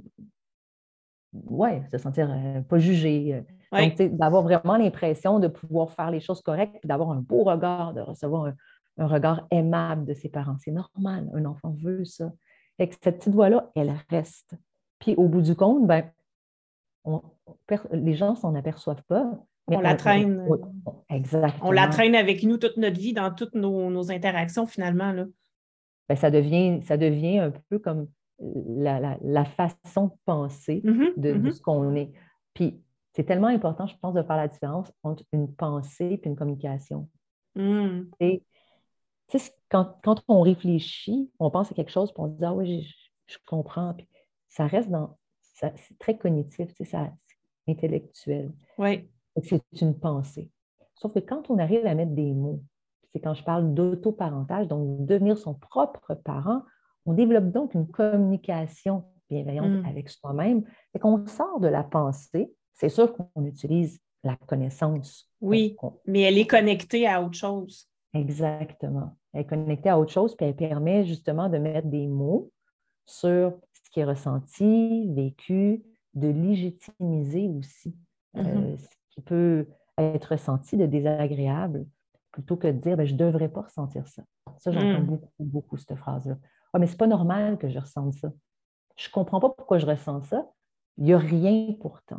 ouais, se sentir euh, pas jugé. euh. Donc, Ouais. tu sais, d'avoir vraiment l'impression de pouvoir faire les choses correctes, puis d'avoir un beau regard, de recevoir un, un regard aimable de ses parents. C'est normal, un enfant veut ça. Fait que cette petite voix-là, elle reste. Puis au bout du compte, ben, on- per- les gens s'en aperçoivent pas, mais On la on, on- traîne. on- euh, on- On la exactement. traîne avec nous toute notre vie, dans toutes nos, nos interactions, finalement, là. Ben, ça devient, ça devient un peu comme la, la- la façon de penser Mhm. de, de Mhm. ce qu'on est. Puis c'est tellement important, je pense, de faire la différence entre une pensée et une communication. Mm. Et tu sais, quand, quand on réfléchit, on pense à quelque chose, puis on se dit, ah oui, je, je comprends. Puis ça reste dans, ça- c'est très cognitif, tu sais, ça, c'est intellectuel. Oui. Donc, c'est une pensée. Sauf que quand on arrive à mettre des mots, c'est quand je parle d'autoparentage, donc devenir son propre parent, on développe donc une communication bienveillante Mm. avec soi-même. Et qu'on sort de la pensée, c'est sûr qu'on utilise la connaissance. qu'on- Oui, qu'on- mais elle est connectée à autre chose. exactement. Elle est connectée à autre chose, puis elle permet justement de mettre des mots sur ce qui est ressenti, vécu, de légitimiser aussi Mhm. euh, ce qui peut être ressenti de désagréable, plutôt que de dire ben, je ne devrais pas ressentir ça. Ça, j'entends Mm. beaucoup, beaucoup cette phrase-là. Ah, mais c'est pas normal que je ressente ça. Je ne comprends pas pourquoi je ressens ça. Il n'y a rien pourtant.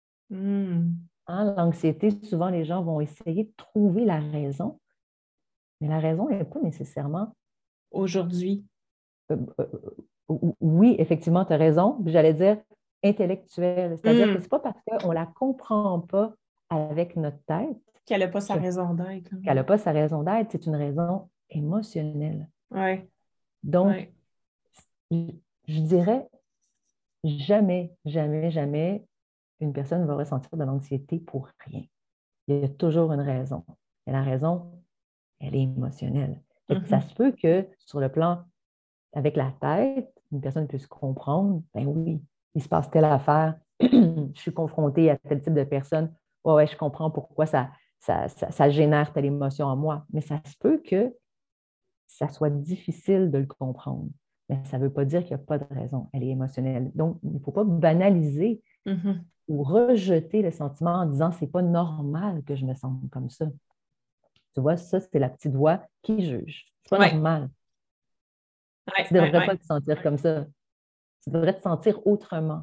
Mm. Hein, l'anxiété, souvent, les gens vont essayer de trouver la raison, mais la raison n'est pas nécessairement Aujourd'hui. euh, euh, euh, oui, effectivement, tu as raison. Puis j'allais dire intellectuelle. C'est-à-dire que ce Mm. n'est pas parce qu'on ne la comprend pas avec notre tête Qu'elle n'a pas sa que- raison d'être. qu'elle n'a pas sa raison d'être. C'est une raison émotionnelle. Oui, Donc, oui. je, je dirais jamais, jamais, jamais une personne va ressentir de l'anxiété pour rien. Il y a toujours une raison. Et la raison, elle est émotionnelle. Fait que ça Mhm. se peut que sur le plan avec la tête, une personne puisse comprendre, ben oui, il se passe telle affaire, je suis confrontée à tel type de personne, ouais, ouais, je comprends pourquoi ça, ça, ça, ça génère telle émotion en moi. Mais ça se peut que ça soit difficile de le comprendre. Mais ça ne veut pas dire qu'il n'y a pas de raison. Elle est émotionnelle. Donc, il ne faut pas banaliser Mhm. ou rejeter le sentiment en disant c'est pas normal que je me sente comme ça. Tu vois, ça, c'est la petite voix qui juge. C'est pas Oui, normal. oui, Tu ne oui, devrais pas oui. te sentir comme ça. Tu devrais te sentir autrement.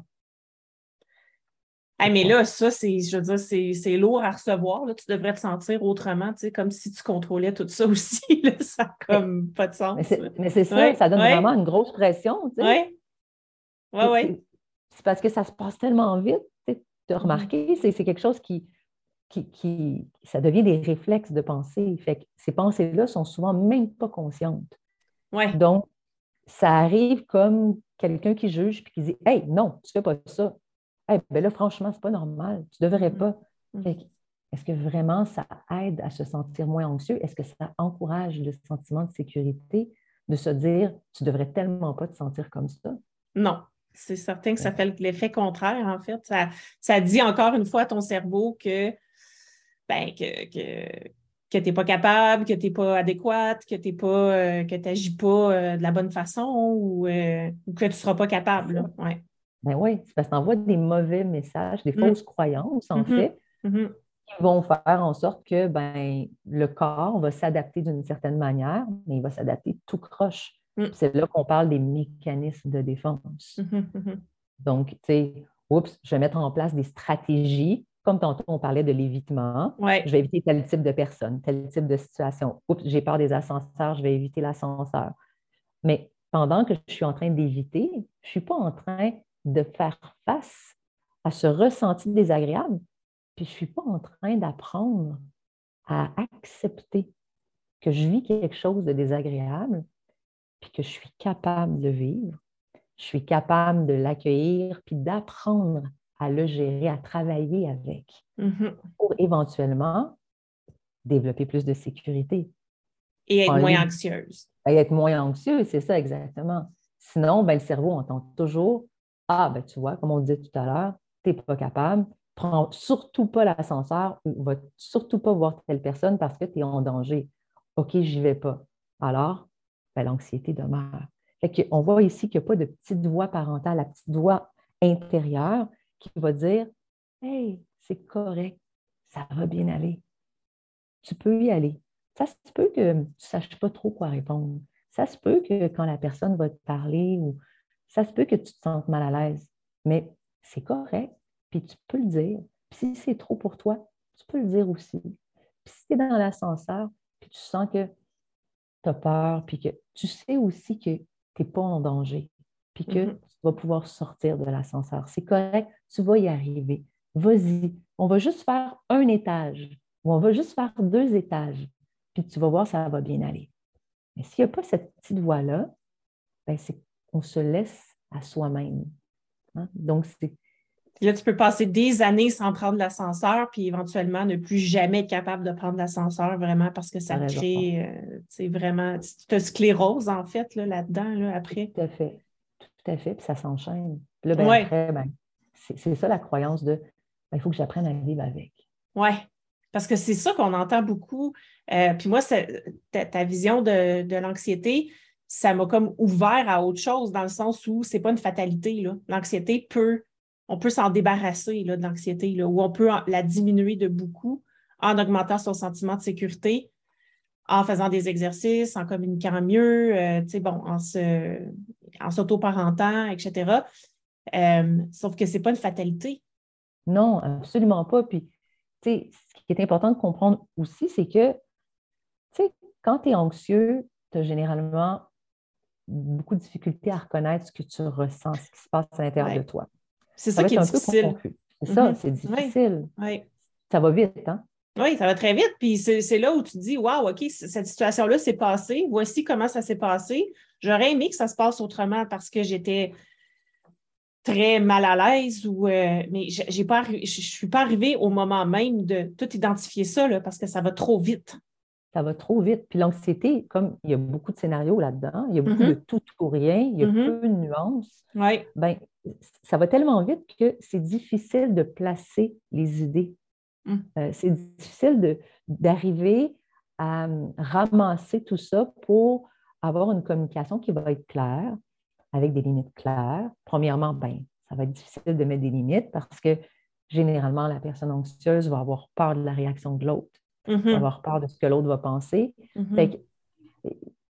Hey, C'est mais quoi? là, ça, c'est, je veux dire, c'est, c'est lourd à recevoir. Là. Tu devrais te sentir autrement, tu sais, comme si tu contrôlais tout ça aussi. Là. Ça n'a Mais, comme pas de mais sens. c'est mais c'est ça, Oui, ça donne vraiment oui, une grosse pression, tu sais. oui, oui, C'est- oui. c'est- c'est parce que ça se passe tellement vite, tu as remarqué, c'est, c'est quelque chose qui, qui, qui, ça devient des réflexes de pensée. Fait que ces pensées-là sont souvent même pas conscientes. Ouais. Donc, ça arrive comme quelqu'un qui juge puis qui dit Hey, non, tu fais pas ça. Hey, ben là, franchement, c'est pas normal. Tu devrais Mhm. pas. Fait que, est-ce que vraiment ça aide à se sentir moins anxieux? Est-ce que ça encourage le sentiment de sécurité de se dire tu devrais tellement pas te sentir comme ça? Non, c'est certain que ça Ben, fait l'effet contraire, en fait. Ça, ça dit encore une fois à ton cerveau que, ben, que, que, que tu n'es pas capable, que tu n'es pas adéquate, que tu pas, euh, que tu n'agis pas euh, de la bonne façon ou, euh, ou que tu ne seras pas c'est capable. ça. Là. Ouais. Ben oui, c'est parce que tu envoies des mauvais messages, des Mm. fausses croyances, en Mhm. fait, Mhm. qui vont faire en sorte que ben, le corps va s'adapter d'une certaine manière, mais il va s'adapter tout croche. Mm. Puis c'est là qu'on parle des mécanismes de défense. Mhm. Mhm. Donc, tu sais, oups, je vais mettre en place des stratégies. Comme tantôt, on parlait de l'évitement. Je Ouais. vais éviter tel type de personne, tel type de situation. Oups, j'ai peur des ascenseurs, je vais éviter l'ascenseur. Mais pendant que je suis en train d'éviter, je ne suis pas en train de faire face à ce ressenti désagréable, puis je ne suis pas en train d'apprendre à accepter que je vis quelque chose de désagréable, puis que je suis capable de vivre, je suis capable de l'accueillir, puis d'apprendre à le gérer, à travailler avec, Mhm. pour éventuellement développer plus de sécurité, Et être en moins ligne, anxieuse. et être moins anxieux, c'est ça exactement. Sinon, ben, le cerveau entend toujours, ah, ben, tu vois, comme on disait tout à l'heure, tu n'es pas capable, prends surtout pas l'ascenseur ou va surtout pas voir telle personne parce que tu es en danger. OK, j'y vais pas. Alors, ben, l'anxiété demeure. Fait que on voit ici qu'il n'y a pas de petite voix parentale, la petite voix intérieure qui va dire Hey, c'est correct, ça va bien aller. Tu peux y aller. Ça se peut que tu ne saches pas trop quoi répondre. Ça se peut que quand la personne va te parler, ou ça se peut que tu te sentes mal à l'aise, mais c'est correct, puis tu peux le dire. Puis si c'est trop pour toi, tu peux le dire aussi. Puis si tu es dans l'ascenseur, puis tu sens que tu as peur, puis que tu sais aussi que tu n'es pas en danger, puis que Mhm. tu vas pouvoir sortir de l'ascenseur. C'est correct, tu vas y arriver. Vas-y, on va juste faire un étage, ou on va juste faire deux étages, puis tu vas voir, ça va bien aller. Mais s'il n'y a pas cette petite voix-là, ben c'est qu'on se laisse à soi-même. Hein? Donc, c'est Puis là, tu peux passer des années sans prendre l'ascenseur, puis éventuellement ne plus jamais être capable de prendre l'ascenseur vraiment parce que ça la te raison. crée, euh, tu sais, vraiment, tu te scléroses en fait là, là-dedans, là, après. Tout à fait. Tout à fait, puis ça s'enchaîne. Puis là, ben Oui, après, ben, c'est c'est ça la croyance de ben, il faut que j'apprenne à vivre avec. oui. Parce que c'est ça qu'on entend beaucoup. Euh, puis moi, ta, ta, vision de, de l'anxiété, ça m'a comme ouvert à autre chose dans le sens où c'est pas une fatalité. Là. L'anxiété peut, on peut s'en débarrasser là, de l'anxiété, là, ou on peut en, la diminuer de beaucoup en augmentant son sentiment de sécurité, en faisant des exercices, en communiquant mieux, euh, tu sais, bon, en se, en s'auto-parentant, et cetera. Euh, sauf que c'est pas une fatalité. Non, absolument pas. Puis, tu sais, ce qui est important de comprendre aussi, c'est que, tu sais, quand tu es anxieux, tu as généralement beaucoup de difficultés à reconnaître ce que tu ressens, ce qui se passe à l'intérieur de Ouais. toi. C'est Ça ça va qui être est un peu difficile. confus. C'est ça, Mhm. c'est Oui, difficile. oui. Ça va vite, hein? Oui, ça va très vite. Puis c'est c'est là où tu te dis, waouh, OK, c- cette situation-là s'est passée. Voici comment ça s'est passé. J'aurais aimé que ça se passe autrement parce que j'étais très mal à l'aise ou euh, mais j'ai j'ai pas arri- je je suis pas arrivée au moment même de tout identifier ça là, parce que ça va trop vite. Ça va trop vite. Puis l'anxiété, comme il y a beaucoup de scénarios là-dedans, il y a beaucoup de Mhm, tout ou rien, il y a peu mhm. de nuances, Oui. ben, ça va tellement vite que c'est difficile de placer les idées. Mm. Euh, c'est difficile de, d'arriver à euh, ramasser tout ça pour avoir une communication qui va être claire, avec des limites claires. Premièrement, ben, ça va être difficile de mettre des limites parce que généralement, la personne anxieuse va avoir peur de la réaction de l'autre, va Mhm, avoir peur de ce que l'autre va penser. Fait mhm. que,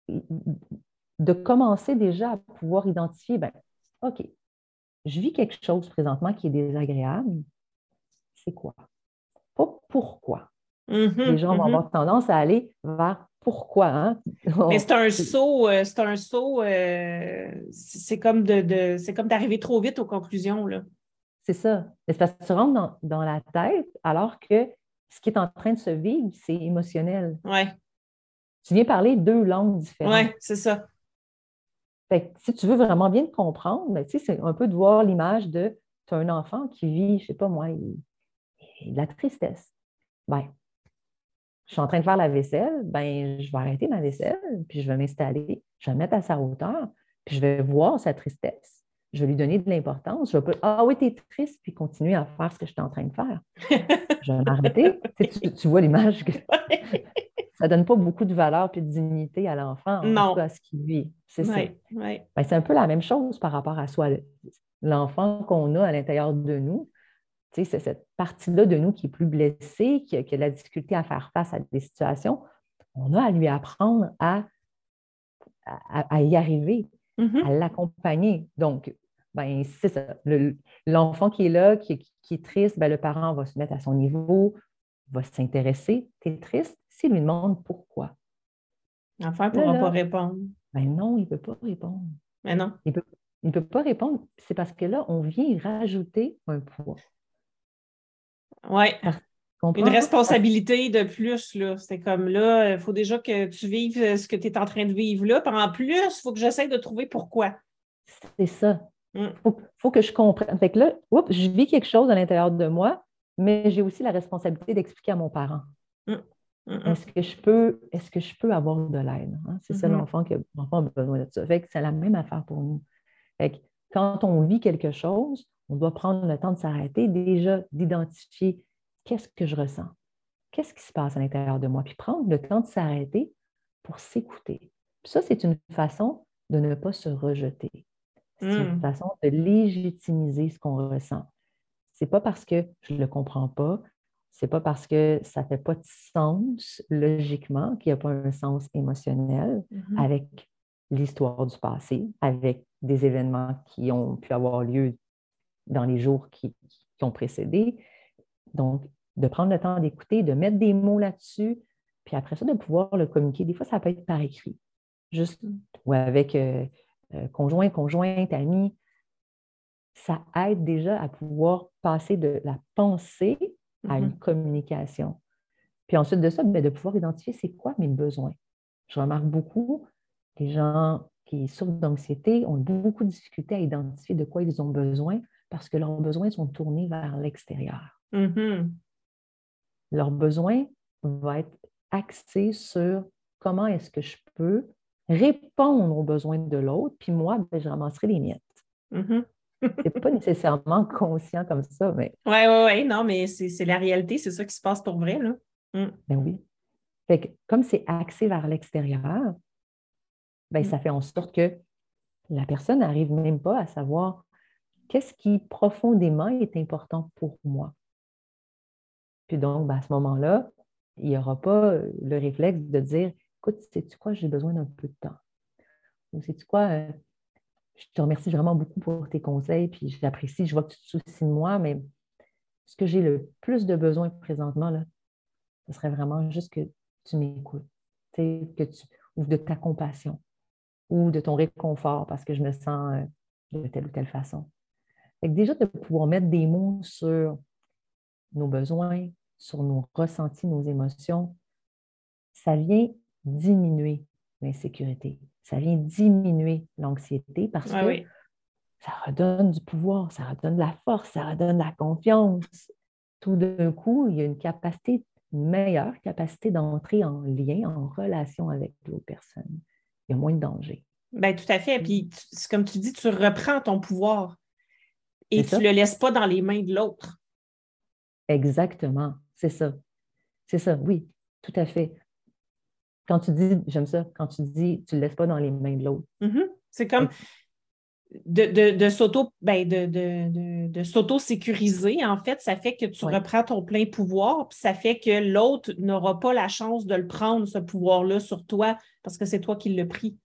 de commencer déjà à pouvoir identifier, ben, OK, je vis quelque chose présentement qui est désagréable, c'est quoi? Pas pourquoi. Les Mhm, gens vont avoir mhm. tendance à aller vers pourquoi, hein? Mais On- c'est un saut, euh, c'est un saut, euh, c'est comme de, de- c'est comme d'arriver trop vite aux conclusions, là. C'est ça. Mais c'est parce que tu rentres dans, dans la tête alors que ce qui est en train de se vivre, c'est émotionnel. Ouais, Tu viens parler deux langues différentes. ouais, c'est ça. Fait que si tu veux vraiment bien te comprendre, ben, tu sais, c'est un peu de voir l'image de tu as un enfant qui vit, je sais pas moi, il- il- de la tristesse. Ben, je suis en train de faire la vaisselle, ben, je vais arrêter ma vaisselle, puis je vais m'installer, je vais me mettre à sa hauteur, puis je vais voir sa tristesse. Je vais lui donner de l'importance. Je vais pas, ah oui, tu es triste, puis continuer à faire ce que je suis en train de faire. Je vais m'arrêter. Tu, sais, tu- tu vois l'image que ça ne donne pas beaucoup de valeur et de dignité à l'enfant, en tout Non. cas à ce qu'il vit. C'est ça. Ouais, ouais. Ben, c'est un peu la même chose par rapport à soi. L'enfant qu'on a à l'intérieur de nous, tu sais, c'est cette partie-là de nous qui est plus blessée, qui a, qui a de la difficulté à faire face à des situations. On a à lui apprendre à, à, à y arriver, à Mhm. l'accompagner. Donc, ben, c'est ça. Le- l'enfant qui est là, qui, qui est triste, ben, le parent va se mettre à son niveau, va s'intéresser. Tu es triste? S'il lui demande pourquoi. L'enfant ne Là, pourra pas là, répondre. ben non, il ne peut pas répondre. Mais non. Il ne peut, il peut pas répondre. C'est parce que là, on vient y rajouter un poids. Ouais. Parce, tu Une comprends? Parce- responsabilité de plus, là. C'est comme là, il faut déjà que tu vives euh, ce que tu es en train de vivre là. Puis en plus, il faut que j'essaie de trouver pourquoi. c'est ça. Mm, Il faut, faut que je comprenne. Fait que là, oups, je vis quelque chose à l'intérieur de moi, mais j'ai aussi la responsabilité d'expliquer à mon parent. mm, mm, mm, Est-ce que je peux, est-ce que je peux avoir de l'aide? Hein? C'est ça mhm, l'enfant qui a, l'enfant a besoin de ça. Fait que c'est la même affaire pour nous. Fait que quand on vit quelque chose, on doit prendre le temps de s'arrêter, déjà d'identifier qu'est-ce que je ressens, qu'est-ce qui se passe à l'intérieur de moi, puis prendre le temps de s'arrêter pour s'écouter. Puis ça, c'est une façon de ne pas se rejeter. C'est une mm. façon de légitimiser ce qu'on ressent. C'est pas parce que je ne le comprends pas, c'est pas parce que ça ne fait pas de sens logiquement, qu'il n'y a pas un sens émotionnel Mhm. avec l'histoire du passé, avec des événements qui ont pu avoir lieu dans les jours qui, qui ont précédé. Donc, de prendre le temps d'écouter, de mettre des mots là-dessus, puis après ça, de pouvoir le communiquer. Des fois, ça peut être par écrit, juste ou avec euh, euh, conjoint, conjointe, ami. Ça aide déjà à pouvoir passer de la pensée à une Mhm. communication. Puis ensuite de ça, bien, de pouvoir identifier c'est quoi mes besoins. Je remarque beaucoup les gens qui souffrent d'anxiété ont beaucoup de difficultés à identifier de quoi ils ont besoin parce que leurs besoins sont tournés vers l'extérieur. Mhm. Leurs besoins vont être axés sur comment est-ce que je peux répondre aux besoins de l'autre, puis moi, bien, je ramasserai les miettes. Mhm. C'est pas nécessairement conscient comme ça, mais Ouais, ouais, ouais, non, mais c'est c'est la réalité, c'est ça qui se passe pour vrai, là. Mm, ben oui. Fait que, comme c'est axé vers l'extérieur, ben, mm, ça fait en sorte que la personne n'arrive même pas à savoir qu'est-ce qui profondément est important pour moi. Puis donc, ben, à ce moment-là, il n'y aura pas le réflexe de dire, écoute, sais-tu quoi, j'ai besoin d'un peu de temps. Ou sais-tu quoi, euh, je te remercie vraiment beaucoup pour tes conseils, puis j'apprécie, je vois que tu te soucies de moi, mais ce que j'ai le plus de besoin présentement, là, ce serait vraiment juste que tu m'écoutes, que tu, ou de ta compassion, ou de ton réconfort parce que je me sens euh, de telle ou telle façon. Fait que déjà, de pouvoir mettre des mots sur nos besoins, sur nos ressentis, nos émotions, ça vient diminuer l'insécurité. Ça vient diminuer l'anxiété parce ouais, que oui. ça redonne du pouvoir, ça redonne de la force, ça redonne de la confiance. Tout d'un coup, il y a une capacité, une meilleure capacité d'entrer en lien, en relation avec l'autre personne. Il y a moins de danger. Ben, tout à fait. Puis, tu- c'est comme tu dis, tu reprends ton pouvoir C'est et tu ça? le laisses pas dans les mains de l'autre. Exactement. C'est ça. C'est ça, oui, tout à fait. Quand tu dis, j'aime ça, quand tu dis, tu ne le laisses pas dans les mains de l'autre. Mhm. C'est comme Fait de, de, de s'auto, ben, de, de, de, de s'auto-sécuriser, en fait, ça fait que tu ouais. reprends ton plein pouvoir, puis ça fait que l'autre n'aura pas la chance de le prendre, ce pouvoir-là, sur toi, parce que c'est toi qui l'as pris.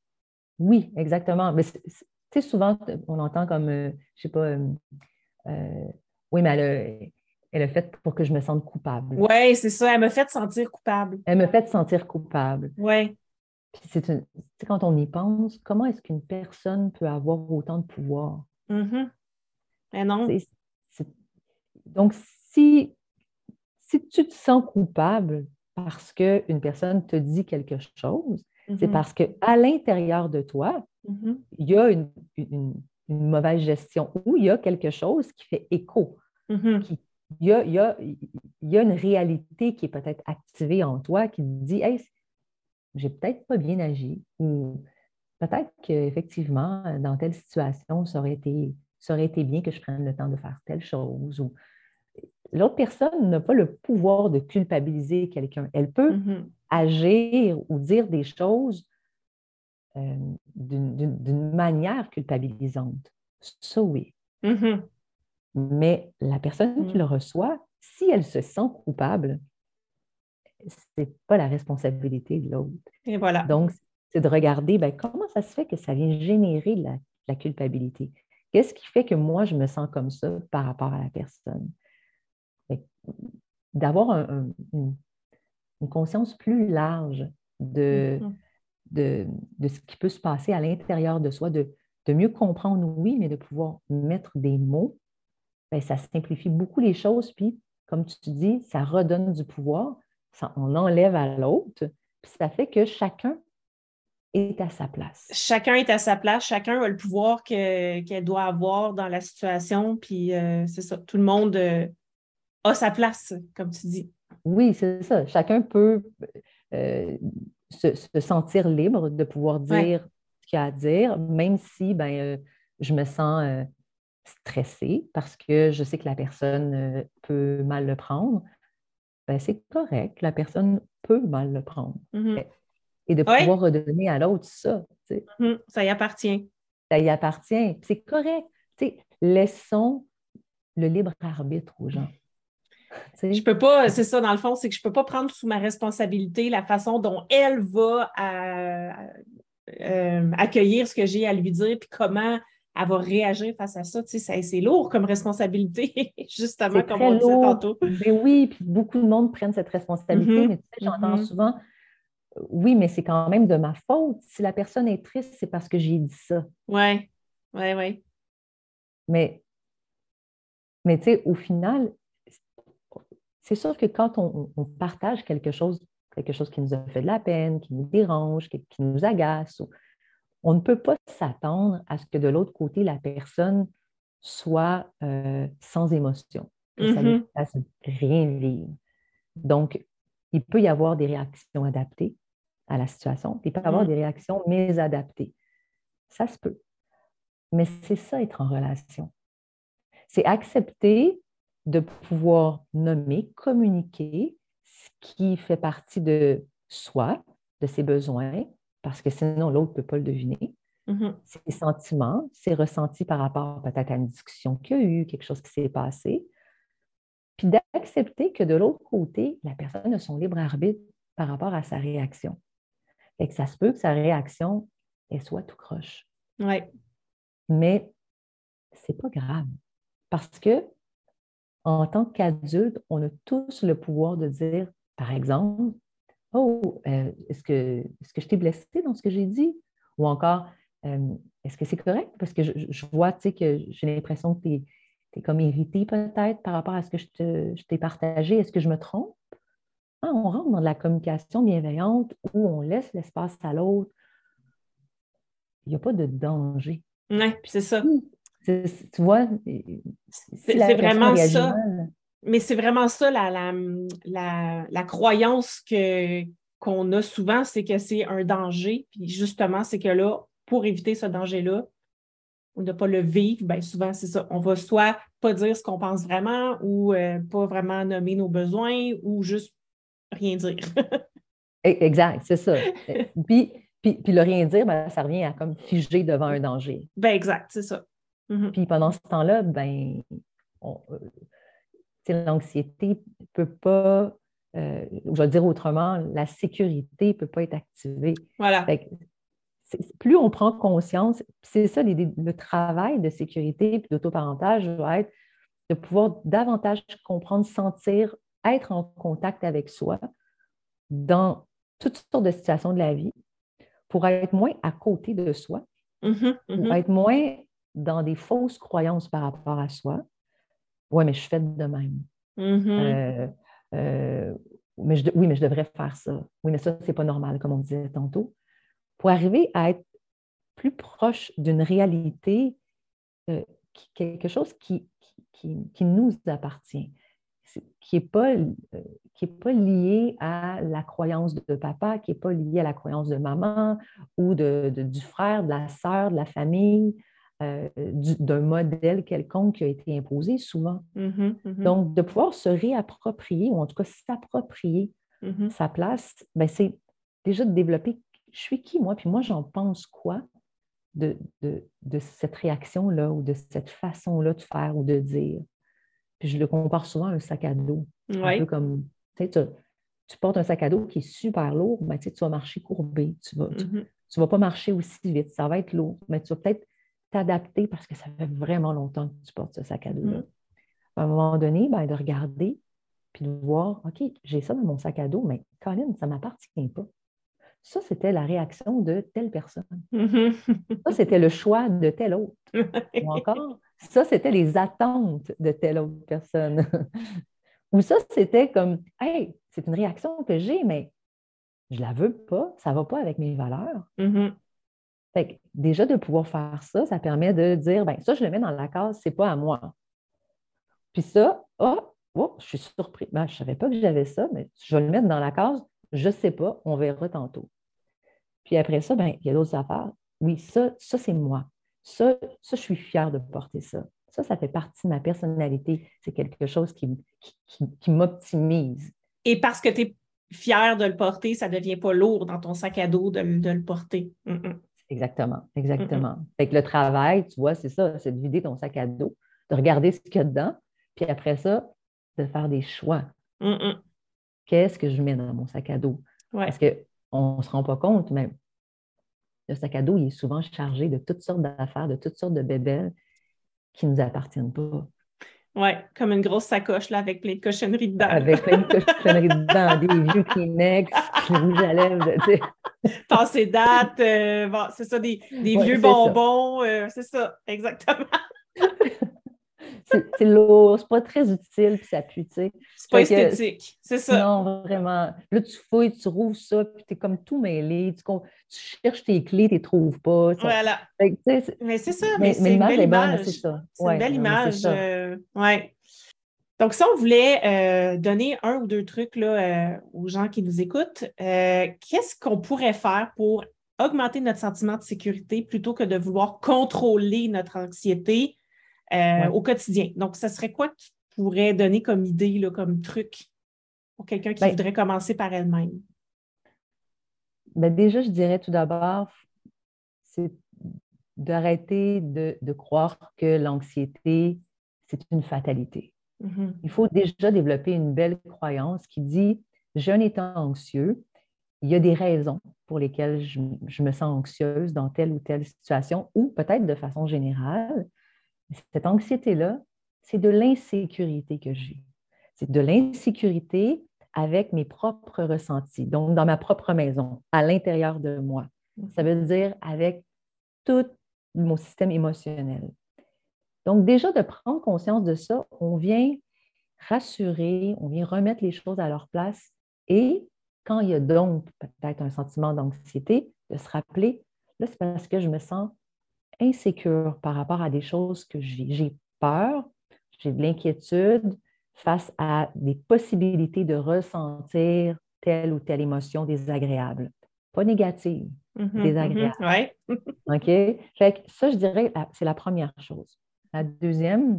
Oui, exactement. Mais c'est- c'est- tu sais, souvent, on entend comme, euh, je sais pas, euh, euh, oui, mais elle a, Elle a fait pour que je me sente coupable. Oui, c'est ça. Elle m'a fait sentir coupable. Elle me fait sentir coupable. Oui. Puis c'est une, tu sais, quand on y pense, comment est-ce qu'une personne peut avoir autant de pouvoir? Mm-hmm. Mais non. C'est- c'est- donc, si, si tu te sens coupable parce qu'une personne te dit quelque chose, c'est Mm-hmm. parce qu'à l'intérieur de toi, Mm-hmm. il y a une, une- une mauvaise gestion ou il y a quelque chose qui fait écho. Mm-hmm. Qui, il y a, il y a- il y a une réalité qui est peut-être activée en toi qui te dit, hey, j'ai peut-être pas bien agi ou peut-être qu'effectivement, dans telle situation, ça aurait été, ça aurait été bien que je prenne le temps de faire telle chose. Ou... L'autre personne n'a pas le pouvoir de culpabiliser quelqu'un. Elle peut Mm-hmm. agir ou dire des choses euh, d'une, d'une- d'une manière culpabilisante. Ça, oui. Mm-hmm. Mais la personne qui Mm. le reçoit, si elle se sent coupable, c'est pas la responsabilité de l'autre. Et voilà. Donc, c'est de regarder ben, comment ça se fait que ça vient générer de la, de la culpabilité. Qu'est-ce qui fait que moi, je me sens comme ça par rapport à la personne? Fait que D'avoir un- un- une, une conscience plus large de, Mm-hmm. de, de ce qui peut se passer à l'intérieur de soi, de, de mieux comprendre, oui, mais de pouvoir mettre des mots, ben, ça simplifie beaucoup les choses. Puis, comme tu dis, ça redonne du pouvoir, ça, on enlève à l'autre, puis ça fait que chacun est à sa place. Chacun est à sa place, chacun a le pouvoir que, qu'elle doit avoir dans la situation, puis euh, c'est ça, tout le monde euh, a sa place, comme tu dis. Oui, c'est ça. Chacun peut euh, se, se sentir libre de pouvoir Ouais. dire ce qu'il a à dire, même si ben, euh, je me sens euh, stressée parce que je sais que la personne euh, peut mal le prendre. Ben, c'est correct, la personne peut mal le prendre. Mhm. Et de Ouais. pouvoir redonner à l'autre ça, tu sais, Mhm. Ça y appartient. ça y appartient. C'est correct. Tu sais, laissons le libre arbitre aux gens. Tu Je sais. peux pas, c'est ça, dans le fond, c'est que je peux pas prendre sous ma responsabilité la façon dont elle va euh, euh, accueillir ce que j'ai à lui dire, puis comment elle va réagir face à ça. Tu sais, c'est, c'est lourd comme responsabilité, justement, C'est comme très on disait lourd. tantôt. Mais oui, puis beaucoup de monde prennent cette responsabilité, Mhm. mais tu sais, j'entends Mhm. souvent, euh, oui, mais c'est quand même de ma faute. Si la personne est triste, c'est parce que j'ai dit ça. Ouais, ouais, ouais. Mais, mais tu sais, au final, c'est sûr que quand on, on partage quelque chose, quelque chose qui nous a fait de la peine, qui nous dérange, qui, qui nous agace, ou- on ne peut pas s'attendre à ce que de l'autre côté, la personne soit euh, sans émotion, que ça lui Mhm. fasse rien vivre. Donc, il peut y avoir des réactions adaptées à la situation, puis il peut y avoir Mhm. des réactions mésadaptées. Ça se peut. Mais c'est ça, être en relation. C'est accepter de pouvoir nommer, communiquer ce qui fait partie de soi, de ses besoins, parce que sinon l'autre ne peut pas le deviner. Mhm. Ses sentiments, ses ressentis par rapport peut-être à une discussion qu'il y a eu, quelque chose qui s'est passé, puis d'accepter que de l'autre côté, la personne a son libre arbitre par rapport à sa réaction. Et que ça se peut que sa réaction, elle soit tout croche. Ouais. Mais c'est pas grave. Parce que en tant qu'adulte, on a tous le pouvoir de dire, par exemple, oh, euh, est-ce que, est-ce que je t'ai blessé dans ce que j'ai dit? Ou encore, euh, est-ce que c'est correct? Parce que je, je vois, tu sais, que j'ai l'impression que tu es, comme irrité peut-être par rapport à ce que je, te, je t'ai partagé. Est-ce que je me trompe? Ah, on rentre dans de la communication bienveillante où on laisse l'espace à l'autre. Il n'y a pas de danger. Ouais, puis c'est ça. Oui. C'est- Tu vois, si C'est c'est la personne vraiment réagit ça. mal, Mais c'est vraiment ça, la, la, la, la croyance que, qu'on a souvent, c'est que c'est un danger. Puis justement, c'est que là, pour éviter ce danger-là, ou ne pas le vivre, bien souvent, c'est ça. On va soit pas dire ce qu'on pense vraiment ou euh, pas vraiment nommer nos besoins ou juste rien dire. e- exact, c'est ça. Puis, puis, puis le rien dire, ben, ça revient à comme figer devant un danger. Ben exact, c'est ça. Mhm. Puis pendant ce temps-là, ben, on- euh, tu sais, l'anxiété ne peut pas, euh, je vais le dire autrement, la sécurité ne peut pas être activée. Voilà. Fait que c'est- plus on prend conscience, c'est ça, l'idée- le travail de sécurité et d'autoparentage va être de pouvoir davantage comprendre, sentir, être en contact avec soi dans toutes sortes de situations de la vie pour être moins à côté de soi, Mhm, pour mhm, être moins dans des fausses croyances par rapport à soi. Oui, mais je suis faite de même. mhm, Euh, euh, mais je, oui, mais je devrais faire ça. Oui, mais ça, c'est pas normal, comme on disait tantôt. Pour arriver à être plus proche d'une réalité, euh, qui- quelque chose qui, qui, qui- qui nous appartient, c'est- qui n'est pas, euh, qui est pas lié à la croyance de papa, qui n'est pas lié à la croyance de maman ou de, de- du frère, de la sœur, de la famille, euh, du- d'un modèle quelconque qui a été imposé souvent. mhm, mhm, Donc, de pouvoir se réapproprier, ou en tout cas s'approprier mhm, sa place, ben, c'est déjà de développer je suis qui, moi, puis moi, j'en pense quoi de, de, de cette réaction-là ou de cette façon-là de faire ou de dire. Puis je le compare souvent à un sac à dos. Un peu ouais, comme, tu sais, tu, tu portes un sac à dos qui est super lourd, mais tu sais, tu vas marcher courbé. Tu vas, tu, mhm, tu vas pas marcher aussi vite. Ça va être lourd, mais tu vas peut-être t'adapter parce que ça fait vraiment longtemps que tu portes ce sac à dos-là. mhm, À un moment donné, ben, de regarder puis de voir, OK, j'ai ça dans mon sac à dos, mais Colin, ça ne m'appartient pas. Ça, c'était la réaction de telle personne. mhm. Ça, c'était le choix de telle autre. Ou encore, ça, c'était les attentes de telle autre personne. Ou ça, c'était comme, hey, c'est une réaction que j'ai, mais je ne la veux pas, ça ne va pas avec mes valeurs. Mhm. Fait que déjà, de pouvoir faire ça, ça permet de dire, ben ça, je le mets dans la case, c'est pas à moi. Puis ça, oh, oh, je suis surpris. Ben, je ne savais pas que j'avais ça, mais je vais le mettre dans la case, je ne sais pas, on verra tantôt. Puis après ça, ben, il y a d'autres affaires. Oui, ça, ça c'est moi. Ça, ça, je suis fière de porter ça. Ça, ça fait partie de ma personnalité. C'est quelque chose qui, qui, qui, qui m'optimise. Et parce que tu es fier de le porter, ça ne devient pas lourd dans ton sac à dos de, de le porter. Mhm, Exactement, mhm, exactement. Fait que le travail, tu vois, c'est ça, c'est de vider ton sac à dos, de regarder ce qu'il y a dedans, puis après ça, de faire des choix. mhm. Qu'est-ce que je mets dans mon sac à dos? Ouais. Parce qu'on ne se rend pas compte, mais le sac à dos, il est souvent chargé de toutes sortes d'affaires, de toutes sortes de bébelles qui ne nous appartiennent pas. Ouais, comme une grosse sacoche là, avec plein de cochonneries dedans. Là. Avec plein de cochonneries dedans, des vieux Kleenex, puis le rouge à lèvres, tu sais. Passé date, euh, bon, c'est ça, des, des Oui, vieux c'est ça. bonbons, euh, c'est ça, exactement. C'est c'est lourd, c'est pas très utile, puis ça pue, tu sais. C'est pas Fait que, esthétique, c'est ça. non, vraiment. Là, tu fouilles, tu rouvres ça, puis t'es comme tout mêlé. Tu, con- tu cherches tes clés, tu les trouves pas. Ça. Voilà. Fait que, tu sais, c'est- Mais c'est ça, mais mais mais c'est une l'image belle est bonne, c'est image. ça. C'est une Ouais, belle non, mais c'est image. ça. euh, ouais. Donc, si on voulait euh, donner un ou deux trucs là, euh, aux gens qui nous écoutent, euh, qu'est-ce qu'on pourrait faire pour augmenter notre sentiment de sécurité plutôt que de vouloir contrôler notre anxiété euh, Ouais. au quotidien? Donc, ça serait quoi que tu pourrais donner comme idée, là, comme truc pour quelqu'un qui Ben, voudrait commencer par elle-même? ben déjà, je dirais tout d'abord, c'est d'arrêter de, de croire que l'anxiété, c'est une fatalité. Mhm. Il faut déjà développer une belle croyance qui dit, j'ai un état anxieux, il y a des raisons pour lesquelles je, je me sens anxieuse dans telle ou telle situation, ou peut-être de façon générale. Cette anxiété-là, c'est de l'insécurité que j'ai. C'est de l'insécurité avec mes propres ressentis, donc dans ma propre maison, à l'intérieur de moi. Ça veut dire avec tout mon système émotionnel. Donc, déjà, de prendre conscience de ça, on vient rassurer, on vient remettre les choses à leur place et quand il y a donc peut-être un sentiment d'anxiété, de se rappeler, là, c'est parce que je me sens insécure par rapport à des choses que je vis. J'ai peur, j'ai de l'inquiétude face à des possibilités de ressentir telle ou telle émotion désagréable. Pas négative, Mhm, mhm, désagréable. ouais. OK? Fait que ça, je dirais, c'est la première chose. La deuxième,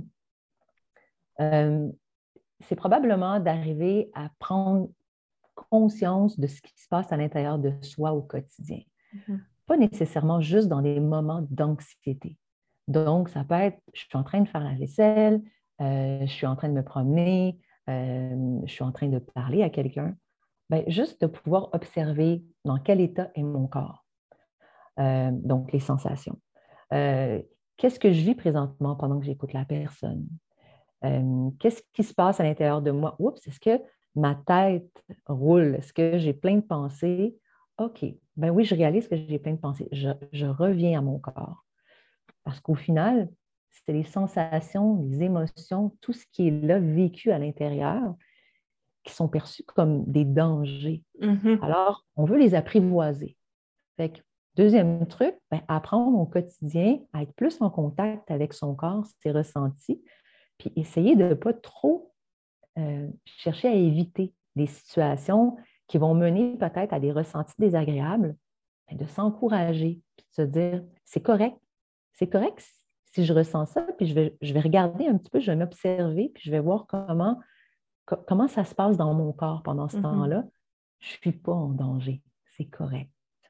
euh, c'est probablement d'arriver à prendre conscience de ce qui se passe à l'intérieur de soi au quotidien. Mhm, Pas nécessairement juste dans des moments d'anxiété. Donc, ça peut être, je suis en train de faire la vaisselle, euh, je suis en train de me promener, euh, je suis en train de parler à quelqu'un. Bien, juste de pouvoir observer dans quel état est mon corps. Euh, donc, les sensations. Euh, qu'est-ce que je vis présentement pendant que j'écoute la personne? Euh, qu'est-ce qui se passe à l'intérieur de moi? Oups, est-ce que ma tête roule? Est-ce que j'ai plein de pensées? OK, ben oui, je réalise que j'ai plein de pensées. Je, je reviens à mon corps. Parce qu'au final, c'est les sensations, les émotions, tout ce qui est là, vécu à l'intérieur, qui sont perçus comme des dangers. Mm-hmm. Alors, on veut les apprivoiser. Fait que, deuxième truc, ben, apprendre au quotidien à être plus en contact avec son corps, ses ressentis, puis essayer de ne pas trop euh, chercher à éviter des situations qui vont mener peut-être à des ressentis désagréables, ben, de s'encourager, puis de se dire, c'est correct, c'est correct si je ressens ça, puis je vais, je vais regarder un petit peu, je vais m'observer, puis je vais voir comment, co- comment ça se passe dans mon corps pendant ce Mm-hmm. temps-là. Je ne suis pas en danger, c'est correct.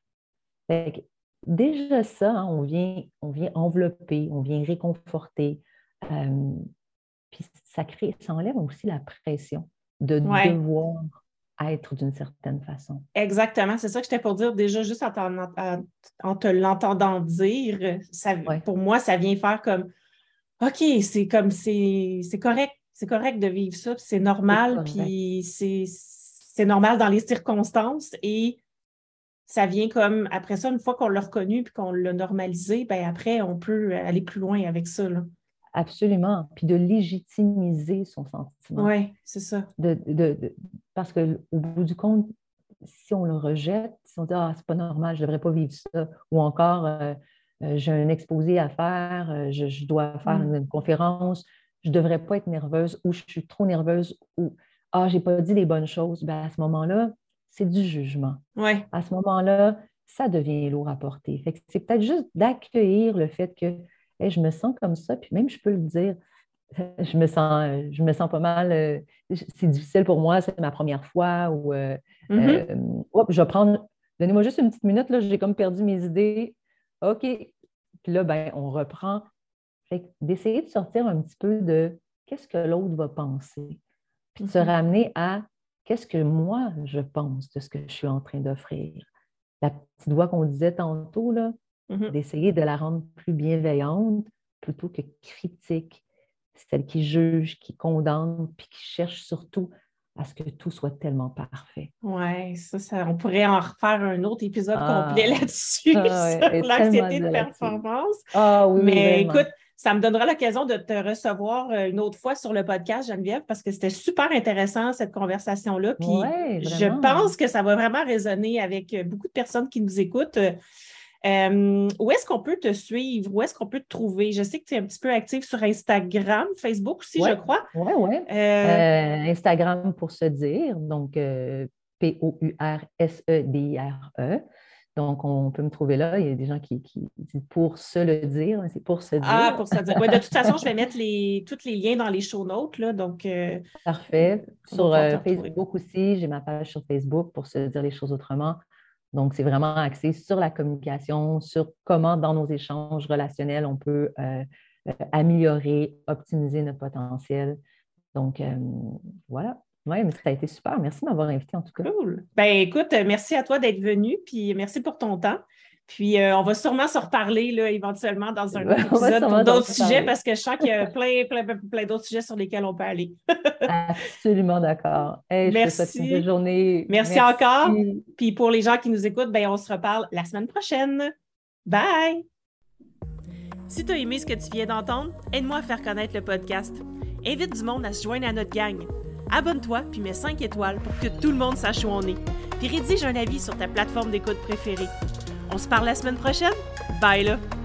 Fait que, déjà ça, hein, on vient, on vient envelopper, on vient réconforter, euh, puis ça crée, ça enlève aussi la pression de Ouais. devoir être d'une certaine façon. Exactement, c'est ça que j'étais pour dire déjà, juste en, t'en- en- en te l'entendant dire, ça, Ouais. pour moi, ça vient faire comme OK, c'est comme c'est, c'est correct, c'est correct de vivre ça, puis c'est normal, C'est correct. puis c'est, c'est normal dans les circonstances et ça vient comme après ça, une fois qu'on l'a reconnu puis qu'on l'a normalisé, ben après, on peut aller plus loin avec ça, là. Absolument. Puis de légitimiser son sentiment. Oui, c'est ça. De, de, de- parce qu'au bout du compte, si on le rejette, si on dit ah, c'est pas normal, je ne devrais pas vivre ça, ou encore euh, euh, j'ai un exposé à faire, euh, je, je dois faire Mm. une, une conférence, je ne devrais pas être nerveuse, ou je suis trop nerveuse, ou ah, j'ai pas dit les bonnes choses, ben, à ce moment-là, c'est du jugement. Ouais. À ce moment-là, ça devient lourd à porter. Fait que c'est peut-être juste d'accueillir le fait que hey, je me sens comme ça, puis même je peux le dire, je me sens, je me sens pas mal, euh, c'est difficile pour moi, c'est ma première fois, ou euh, Mm-hmm. euh, hop, je vais prendre, donnez-moi juste une petite minute, là, j'ai comme perdu mes idées. OK. Puis là, ben, on reprend. Fait que d'essayer de sortir un petit peu de qu'est-ce que l'autre va penser, puis de se Mm-hmm. ramener à qu'est-ce que moi je pense de ce que je suis en train d'offrir. La petite voix qu'on disait tantôt, là, Mm-hmm. d'essayer de la rendre plus bienveillante plutôt que critique, celle qui juge, qui condamne, puis qui cherche surtout à ce que tout soit tellement parfait. Oui, ça, ça, on pourrait en refaire un autre épisode Ah, complet là-dessus, ah ouais, sur elle est tellement l'anxiété de dure là-dessus. performance. Ah oui, oui, Mais vraiment. écoute, ça me donnera l'occasion de te recevoir euh, une autre fois sur le podcast, Geneviève, parce que c'était super intéressant, cette conversation-là. Puis Ouais, je vraiment. pense que ça va vraiment résonner avec euh, beaucoup de personnes qui nous écoutent. Euh, où est-ce qu'on peut te suivre? Où est-ce qu'on peut te trouver? Je sais que tu es un petit peu active sur Instagram, Facebook aussi, je Ouais, crois. ouais, ouais. Euh, Euh, Instagram pour se dire, donc euh, P O U R S E D I R E. Donc, on peut me trouver là. Il y a des gens qui, qui disent pour se le dire, mais c'est pour se Ah, dire. pour ça dire. Ouais, de toute façon, je vais mettre les, tous les liens dans les show notes, là, donc euh, Parfait. on va Sur pouvoir te euh, retrouver. Facebook aussi, j'ai ma page sur Facebook pour se dire les choses autrement. Donc, c'est vraiment axé sur la communication, sur comment, dans nos échanges relationnels, on peut euh, euh, améliorer, optimiser notre potentiel. Donc, euh, voilà. Oui, mais ça a été super. Merci de m'avoir invité en tout cas. Cool. Ben écoute, merci à toi d'être venu, puis merci pour ton temps. Puis euh, on va sûrement se reparler là, éventuellement dans un autre On va épisode pour sûrement d'autres s'en sujets reparler. parce que je sens qu'il y a plein, plein, plein d'autres sujets sur lesquels on peut aller. Absolument d'accord. Hey, je te souhaite une belle Merci. journée. Merci encore. Merci. Puis pour les gens qui nous écoutent, ben on se reparle la semaine prochaine. Bye! Si tu as aimé ce que tu viens d'entendre, aide-moi à faire connaître le podcast. Invite du monde à se joindre à notre gang. Abonne-toi puis mets cinq étoiles pour que tout le monde sache où on est. Puis rédige un avis sur ta plateforme d'écoute préférée. On se parle la semaine prochaine? Bye là!